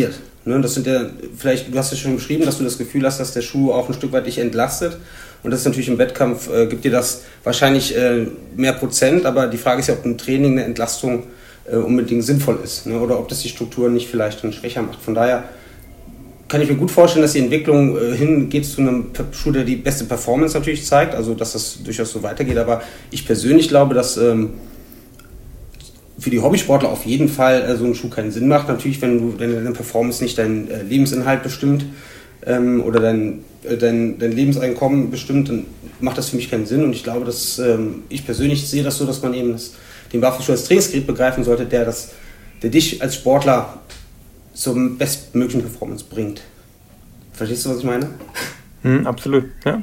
Ne? Das sind ja vielleicht, du hast es schon beschrieben, dass du das Gefühl hast, dass der Schuh auch ein Stück weit dich entlastet. Und das ist natürlich im Wettkampf, äh, gibt dir das wahrscheinlich äh, mehr Prozent, aber die Frage ist ja, ob ein Training eine Entlastung äh, unbedingt sinnvoll ist, ne? Oder ob das die Strukturen nicht vielleicht dann schwächer macht. Von daher kann ich mir gut vorstellen, dass die Entwicklung äh, hingeht zu einem Schuh, der die beste Performance natürlich zeigt, also dass das durchaus so weitergeht. Aber ich persönlich glaube, dass ähm, für die Hobbysportler auf jeden Fall äh, so ein Schuh keinen Sinn macht. Natürlich, wenn du wenn deine Performance nicht deinen äh, Lebensinhalt bestimmt ähm, oder dein, äh, dein, dein Lebenseinkommen bestimmt, dann macht das für mich keinen Sinn. Und ich glaube, dass ähm, ich persönlich sehe das so, dass man eben das, den Barfußschuh als Trainingsgerät begreifen sollte, der, das, der dich als Sportler zur bestmöglichen Performance bringt. Verstehst du, was ich meine? Hm, absolut, ja.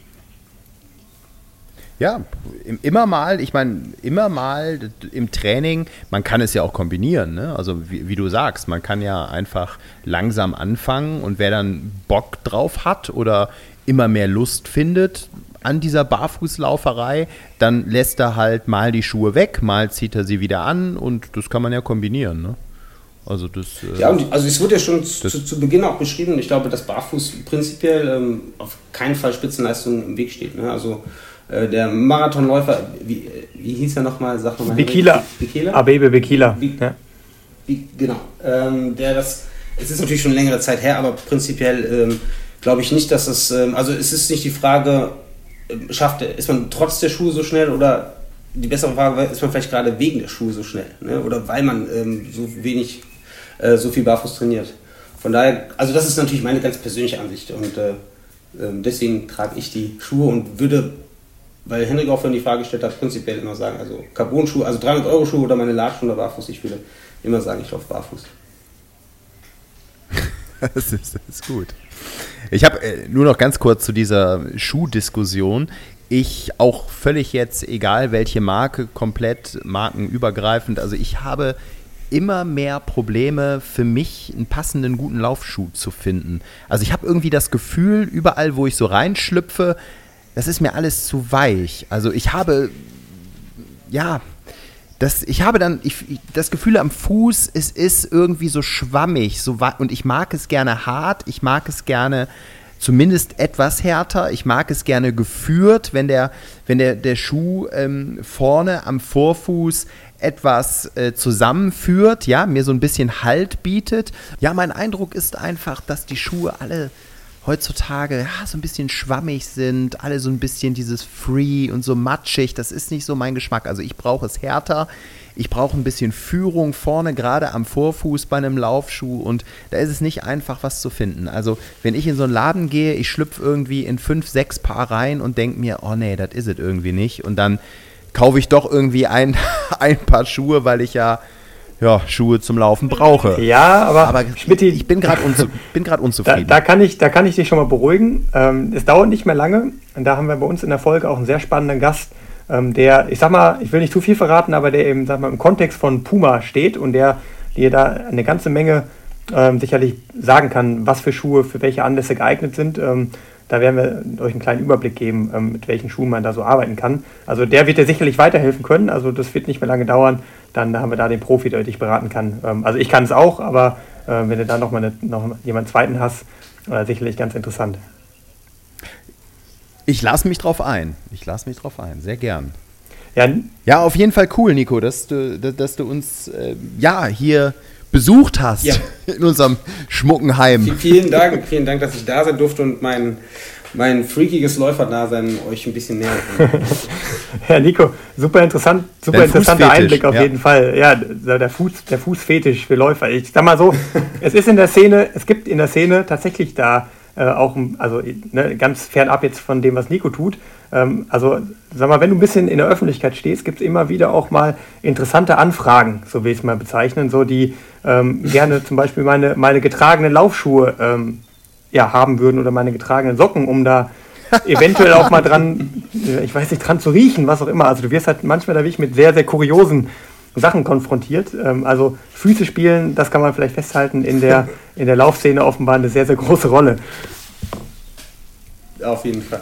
Ja, immer mal, ich meine, immer mal im Training, man kann es ja auch kombinieren, ne? Also wie, wie du sagst, man kann ja einfach langsam anfangen und wer dann Bock drauf hat oder immer mehr Lust findet an dieser Barfußlauferei, dann lässt er halt mal die Schuhe weg, mal zieht er sie wieder an und das kann man ja kombinieren, ne? Also das, äh, ja, und also es wurde ja schon zu, zu Beginn auch beschrieben, ich glaube, dass Barfuß prinzipiell ähm, auf keinen Fall Spitzenleistungen im Weg steht, ne? Also äh, der Marathonläufer, wie, wie hieß er nochmal? Sag nochmal. Bikila. Bikila? Abebe Bikila. Bi- ja. Bi- genau. Ähm, der das, es ist natürlich schon längere Zeit her, aber prinzipiell ähm, glaube ich nicht, dass es, ähm, also es ist nicht die Frage, äh, schafft, ist man trotz der Schuhe so schnell oder die bessere Frage, ist man vielleicht gerade wegen der Schuhe so schnell, ne? Oder weil man ähm, so wenig, äh, so viel barfuß trainiert. Von daher, also das ist natürlich meine ganz persönliche Ansicht und äh, äh, deswegen trage ich die Schuhe und würde, weil Henrik auch vorhin die Frage gestellt hat, prinzipiell immer sagen, also Carbon-Schuhe, also dreihundert Euro Schuhe oder meine Ladenschuhe oder barfuß, ich würde immer sagen, ich laufe barfuß. Das ist, das ist gut. Ich habe äh, nur noch ganz kurz zu dieser Schuhdiskussion. Ich auch völlig jetzt, egal welche Marke, komplett markenübergreifend, also ich habe immer mehr Probleme für mich, einen passenden, guten Laufschuh zu finden. Also ich habe irgendwie das Gefühl, überall, wo ich so reinschlüpfe, das ist mir alles zu weich. Also ich habe, ja, das, ich habe dann ich, das Gefühl am Fuß, es ist irgendwie so schwammig so, und ich mag es gerne hart, ich mag es gerne zumindest etwas härter, ich mag es gerne geführt, wenn der, wenn der, der Schuh ähm, vorne am Vorfuß etwas äh, zusammenführt, ja, mir so ein bisschen Halt bietet. Ja, mein Eindruck ist einfach, dass die Schuhe alle heutzutage ja, so ein bisschen schwammig sind, alle so ein bisschen dieses Free und so matschig, das ist nicht so mein Geschmack. Also ich brauche es härter, ich brauche ein bisschen Führung vorne, gerade am Vorfuß bei einem Laufschuh und da ist es nicht einfach, was zu finden. Also wenn ich in so einen Laden gehe, ich schlüpfe irgendwie in fünf, sechs Paar rein und denke mir, oh nee, das ist es irgendwie nicht und dann kaufe ich doch irgendwie ein, ein Paar Schuhe, weil ich ja Ja, Schuhe zum Laufen brauche. Ja, aber, aber Schmitty, ich bin gerade unzu, unzufrieden. Da, da, kann ich, da kann ich dich schon mal beruhigen. Ähm, es dauert nicht mehr lange. Und da haben wir bei uns in der Folge auch einen sehr spannenden Gast, ähm, der, ich sag mal, ich will nicht zu viel verraten, aber der eben, sag mal, im Kontext von Puma steht und der dir da eine ganze Menge ähm, sicherlich sagen kann, was für Schuhe für welche Anlässe geeignet sind. Ähm, Da werden wir euch einen kleinen Überblick geben, mit welchen Schuhen man da so arbeiten kann. Also der wird dir sicherlich weiterhelfen können. Also das wird nicht mehr lange dauern. Dann haben wir da den Profi, der dich beraten kann. Also ich kann es auch, aber wenn du da noch, mal eine, noch jemanden zweiten hast, sicherlich ganz interessant. Ich lasse mich drauf ein. Ich lasse mich drauf ein. Sehr gern. Ja, ja, auf jeden Fall cool, Nico, dass du, dass du uns äh, ja, hier besucht hast, ja, in unserem schmucken Heim. Vielen Dank, vielen Dank, dass ich da sein durfte und mein, mein freakiges Läuferdasein euch ein bisschen näher bringt. Ja, Nico, super interessant, super interessanter Einblick auf ja. jeden Fall. Ja, der Fuß, der Fußfetisch für Läufer. Ich sag mal so, es ist in der Szene, es gibt in der Szene tatsächlich da äh, auch, also ne, ganz fernab jetzt von dem, was Nico tut. Ähm, also, sag mal, wenn du ein bisschen in der Öffentlichkeit stehst, gibt es immer wieder auch mal interessante Anfragen, so will ich es mal bezeichnen, so die ähm, gerne zum Beispiel meine, meine getragenen Laufschuhe ähm, ja, haben würden oder meine getragenen Socken, um da eventuell auch mal dran, ich weiß nicht, dran zu riechen, was auch immer. Also du wirst halt manchmal da wirklich mit sehr, sehr kuriosen Sachen konfrontiert. Ähm, also Füße spielen, das kann man vielleicht festhalten, in der, in der Laufszene offenbar eine sehr, sehr große Rolle. Auf jeden Fall.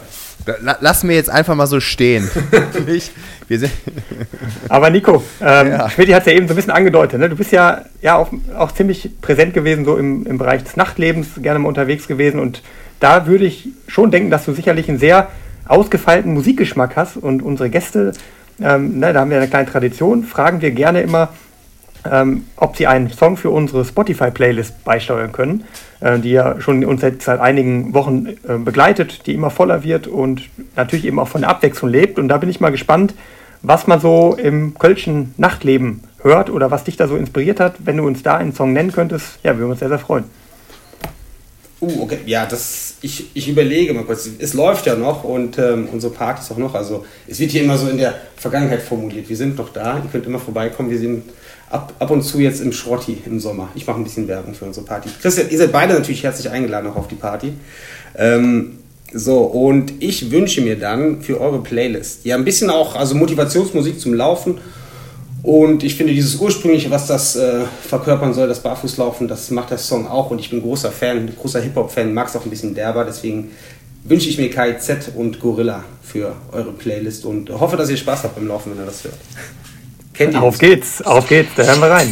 Lass mir jetzt einfach mal so stehen. ich, wir sind Aber Nico, ähm, ja. Schmidti hat es ja eben so ein bisschen angedeutet, ne? Du bist ja, ja auch, auch ziemlich präsent gewesen, so im, im Bereich des Nachtlebens, gerne mal unterwegs gewesen. Und da würde ich schon denken, dass du sicherlich einen sehr ausgefeilten Musikgeschmack hast. Und unsere Gäste, ähm, ne, da haben wir eine kleine Tradition, fragen wir gerne immer, ähm, ob sie einen Song für unsere Spotify-Playlist beisteuern können, äh, die ja schon uns seit, seit einigen Wochen äh, begleitet, die immer voller wird und natürlich eben auch von der Abwechslung lebt. Und da bin ich mal gespannt, was man so im kölschen Nachtleben hört oder was dich da so inspiriert hat. Wenn du uns da einen Song nennen könntest, ja, würden wir uns sehr, sehr freuen. Uh, okay, ja, das, ich, ich überlege mal kurz, es läuft ja noch und ähm, unsere Party ist auch noch, also es wird hier immer so in der Vergangenheit formuliert, wir sind noch da, ihr könnt immer vorbeikommen, wir sind ab, ab und zu jetzt im Schrotti im Sommer, ich mache ein bisschen Werbung für unsere Party. Christian, ihr seid beide natürlich herzlich eingeladen auch auf die Party. Ähm, so, und ich wünsche mir dann für eure Playlist, ja ein bisschen auch, also Motivationsmusik zum Laufen. Und ich finde dieses ursprüngliche, was das äh, verkörpern soll, das Barfußlaufen, das macht der Song auch. Und ich bin großer Fan, großer Hip-Hop-Fan, mag es auch ein bisschen derber. Deswegen wünsche ich mir K I Z und Gorilla für eure Playlist und hoffe, dass ihr Spaß habt beim Laufen, wenn ihr das hört. Kennt ihr Auf das? geht's, auf geht's, da hören wir rein.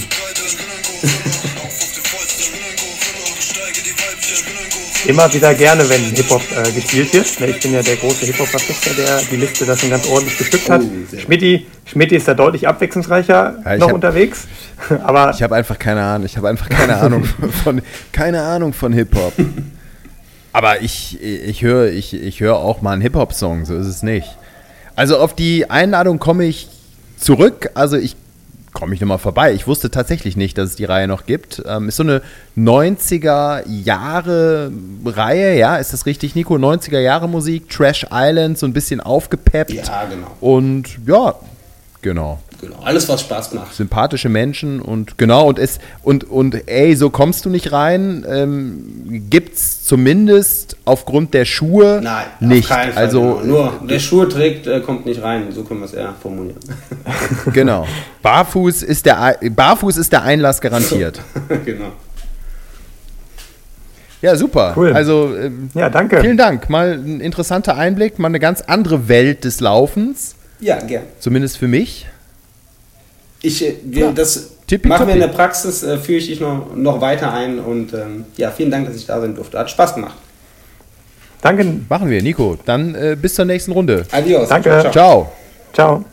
Immer wieder gerne, wenn Hip-Hop äh, gespielt wird. Ich bin ja der große Hip-Hop-Verfechter, der die Liste das schon ganz ordentlich bestückt hat. Oh, Schmidti, Schmidti ist da deutlich abwechslungsreicher Ja, ich noch hab- unterwegs. Aber Ich habe einfach keine Ahnung. Ich habe einfach keine Ahnung von keine Ahnung von Hip-Hop. Aber ich, ich höre ich, ich höre auch mal einen Hip-Hop-Song, so ist es nicht. Also auf die Einladung komme ich zurück. Also ich komme ich nochmal vorbei. Ich wusste tatsächlich nicht, dass es die Reihe noch gibt. Ähm, ist so eine neunziger-Jahre-Reihe, ja, ist das richtig, Nico? neunziger-Jahre-Musik, Trash Island, so ein bisschen aufgepeppt. Ja, genau. Und ja, genau. genau. Alles, was Spaß macht. Sympathische Menschen und genau, und es und, und ey, so kommst du nicht rein, ähm, gibt's zumindest aufgrund der Schuhe Nein, nicht. auf keinen Fall. Also genau. Nur wer Schuhe trägt, äh, kommt nicht rein. So können wir es eher formulieren. genau. Barfuß ist der Ei- Barfuß ist der Einlass garantiert. genau. Ja, super. Cool. Also ähm, ja, danke. vielen Dank. Mal ein interessanter Einblick, mal eine ganz andere Welt des Laufens, Ja, gern. zumindest für mich. Ich, äh, wir, Ja. das Tippitoppi. machen wir in der Praxis, äh, führe ich dich noch, noch weiter ein und ähm, ja, vielen Dank, dass ich da sein durfte. Hat Spaß gemacht. Danke. Machen wir, Nico. Dann äh, bis zur nächsten Runde. Adios. Danke. Ciao, ciao. Ciao. Ciao.